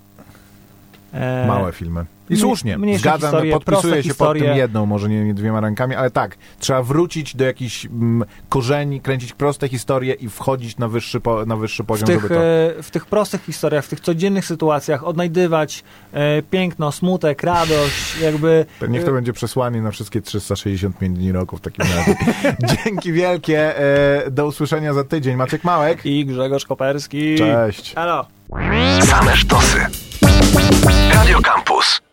małe filmy. I słusznie, mniejsze zgadzam, historie, podpisuję się historie. pod tym jedną, może nie, nie dwiema rękami, ale tak, trzeba wrócić do jakichś mm, korzeni, kręcić proste historie i wchodzić na wyższy, po, na wyższy poziom, w tych, żeby to... e, w tych prostych historiach, w tych codziennych sytuacjach odnajdywać e, piękno, smutek, radość, jakby... To niech to będzie przesłanie na wszystkie trzysta sześćdziesiąt pięć dni roku w takim razie. Dzięki wielkie, e, do usłyszenia za tydzień. Maciek Małek i Grzegorz Koperski. Cześć. Halo. Same sztosy. Radio Campus.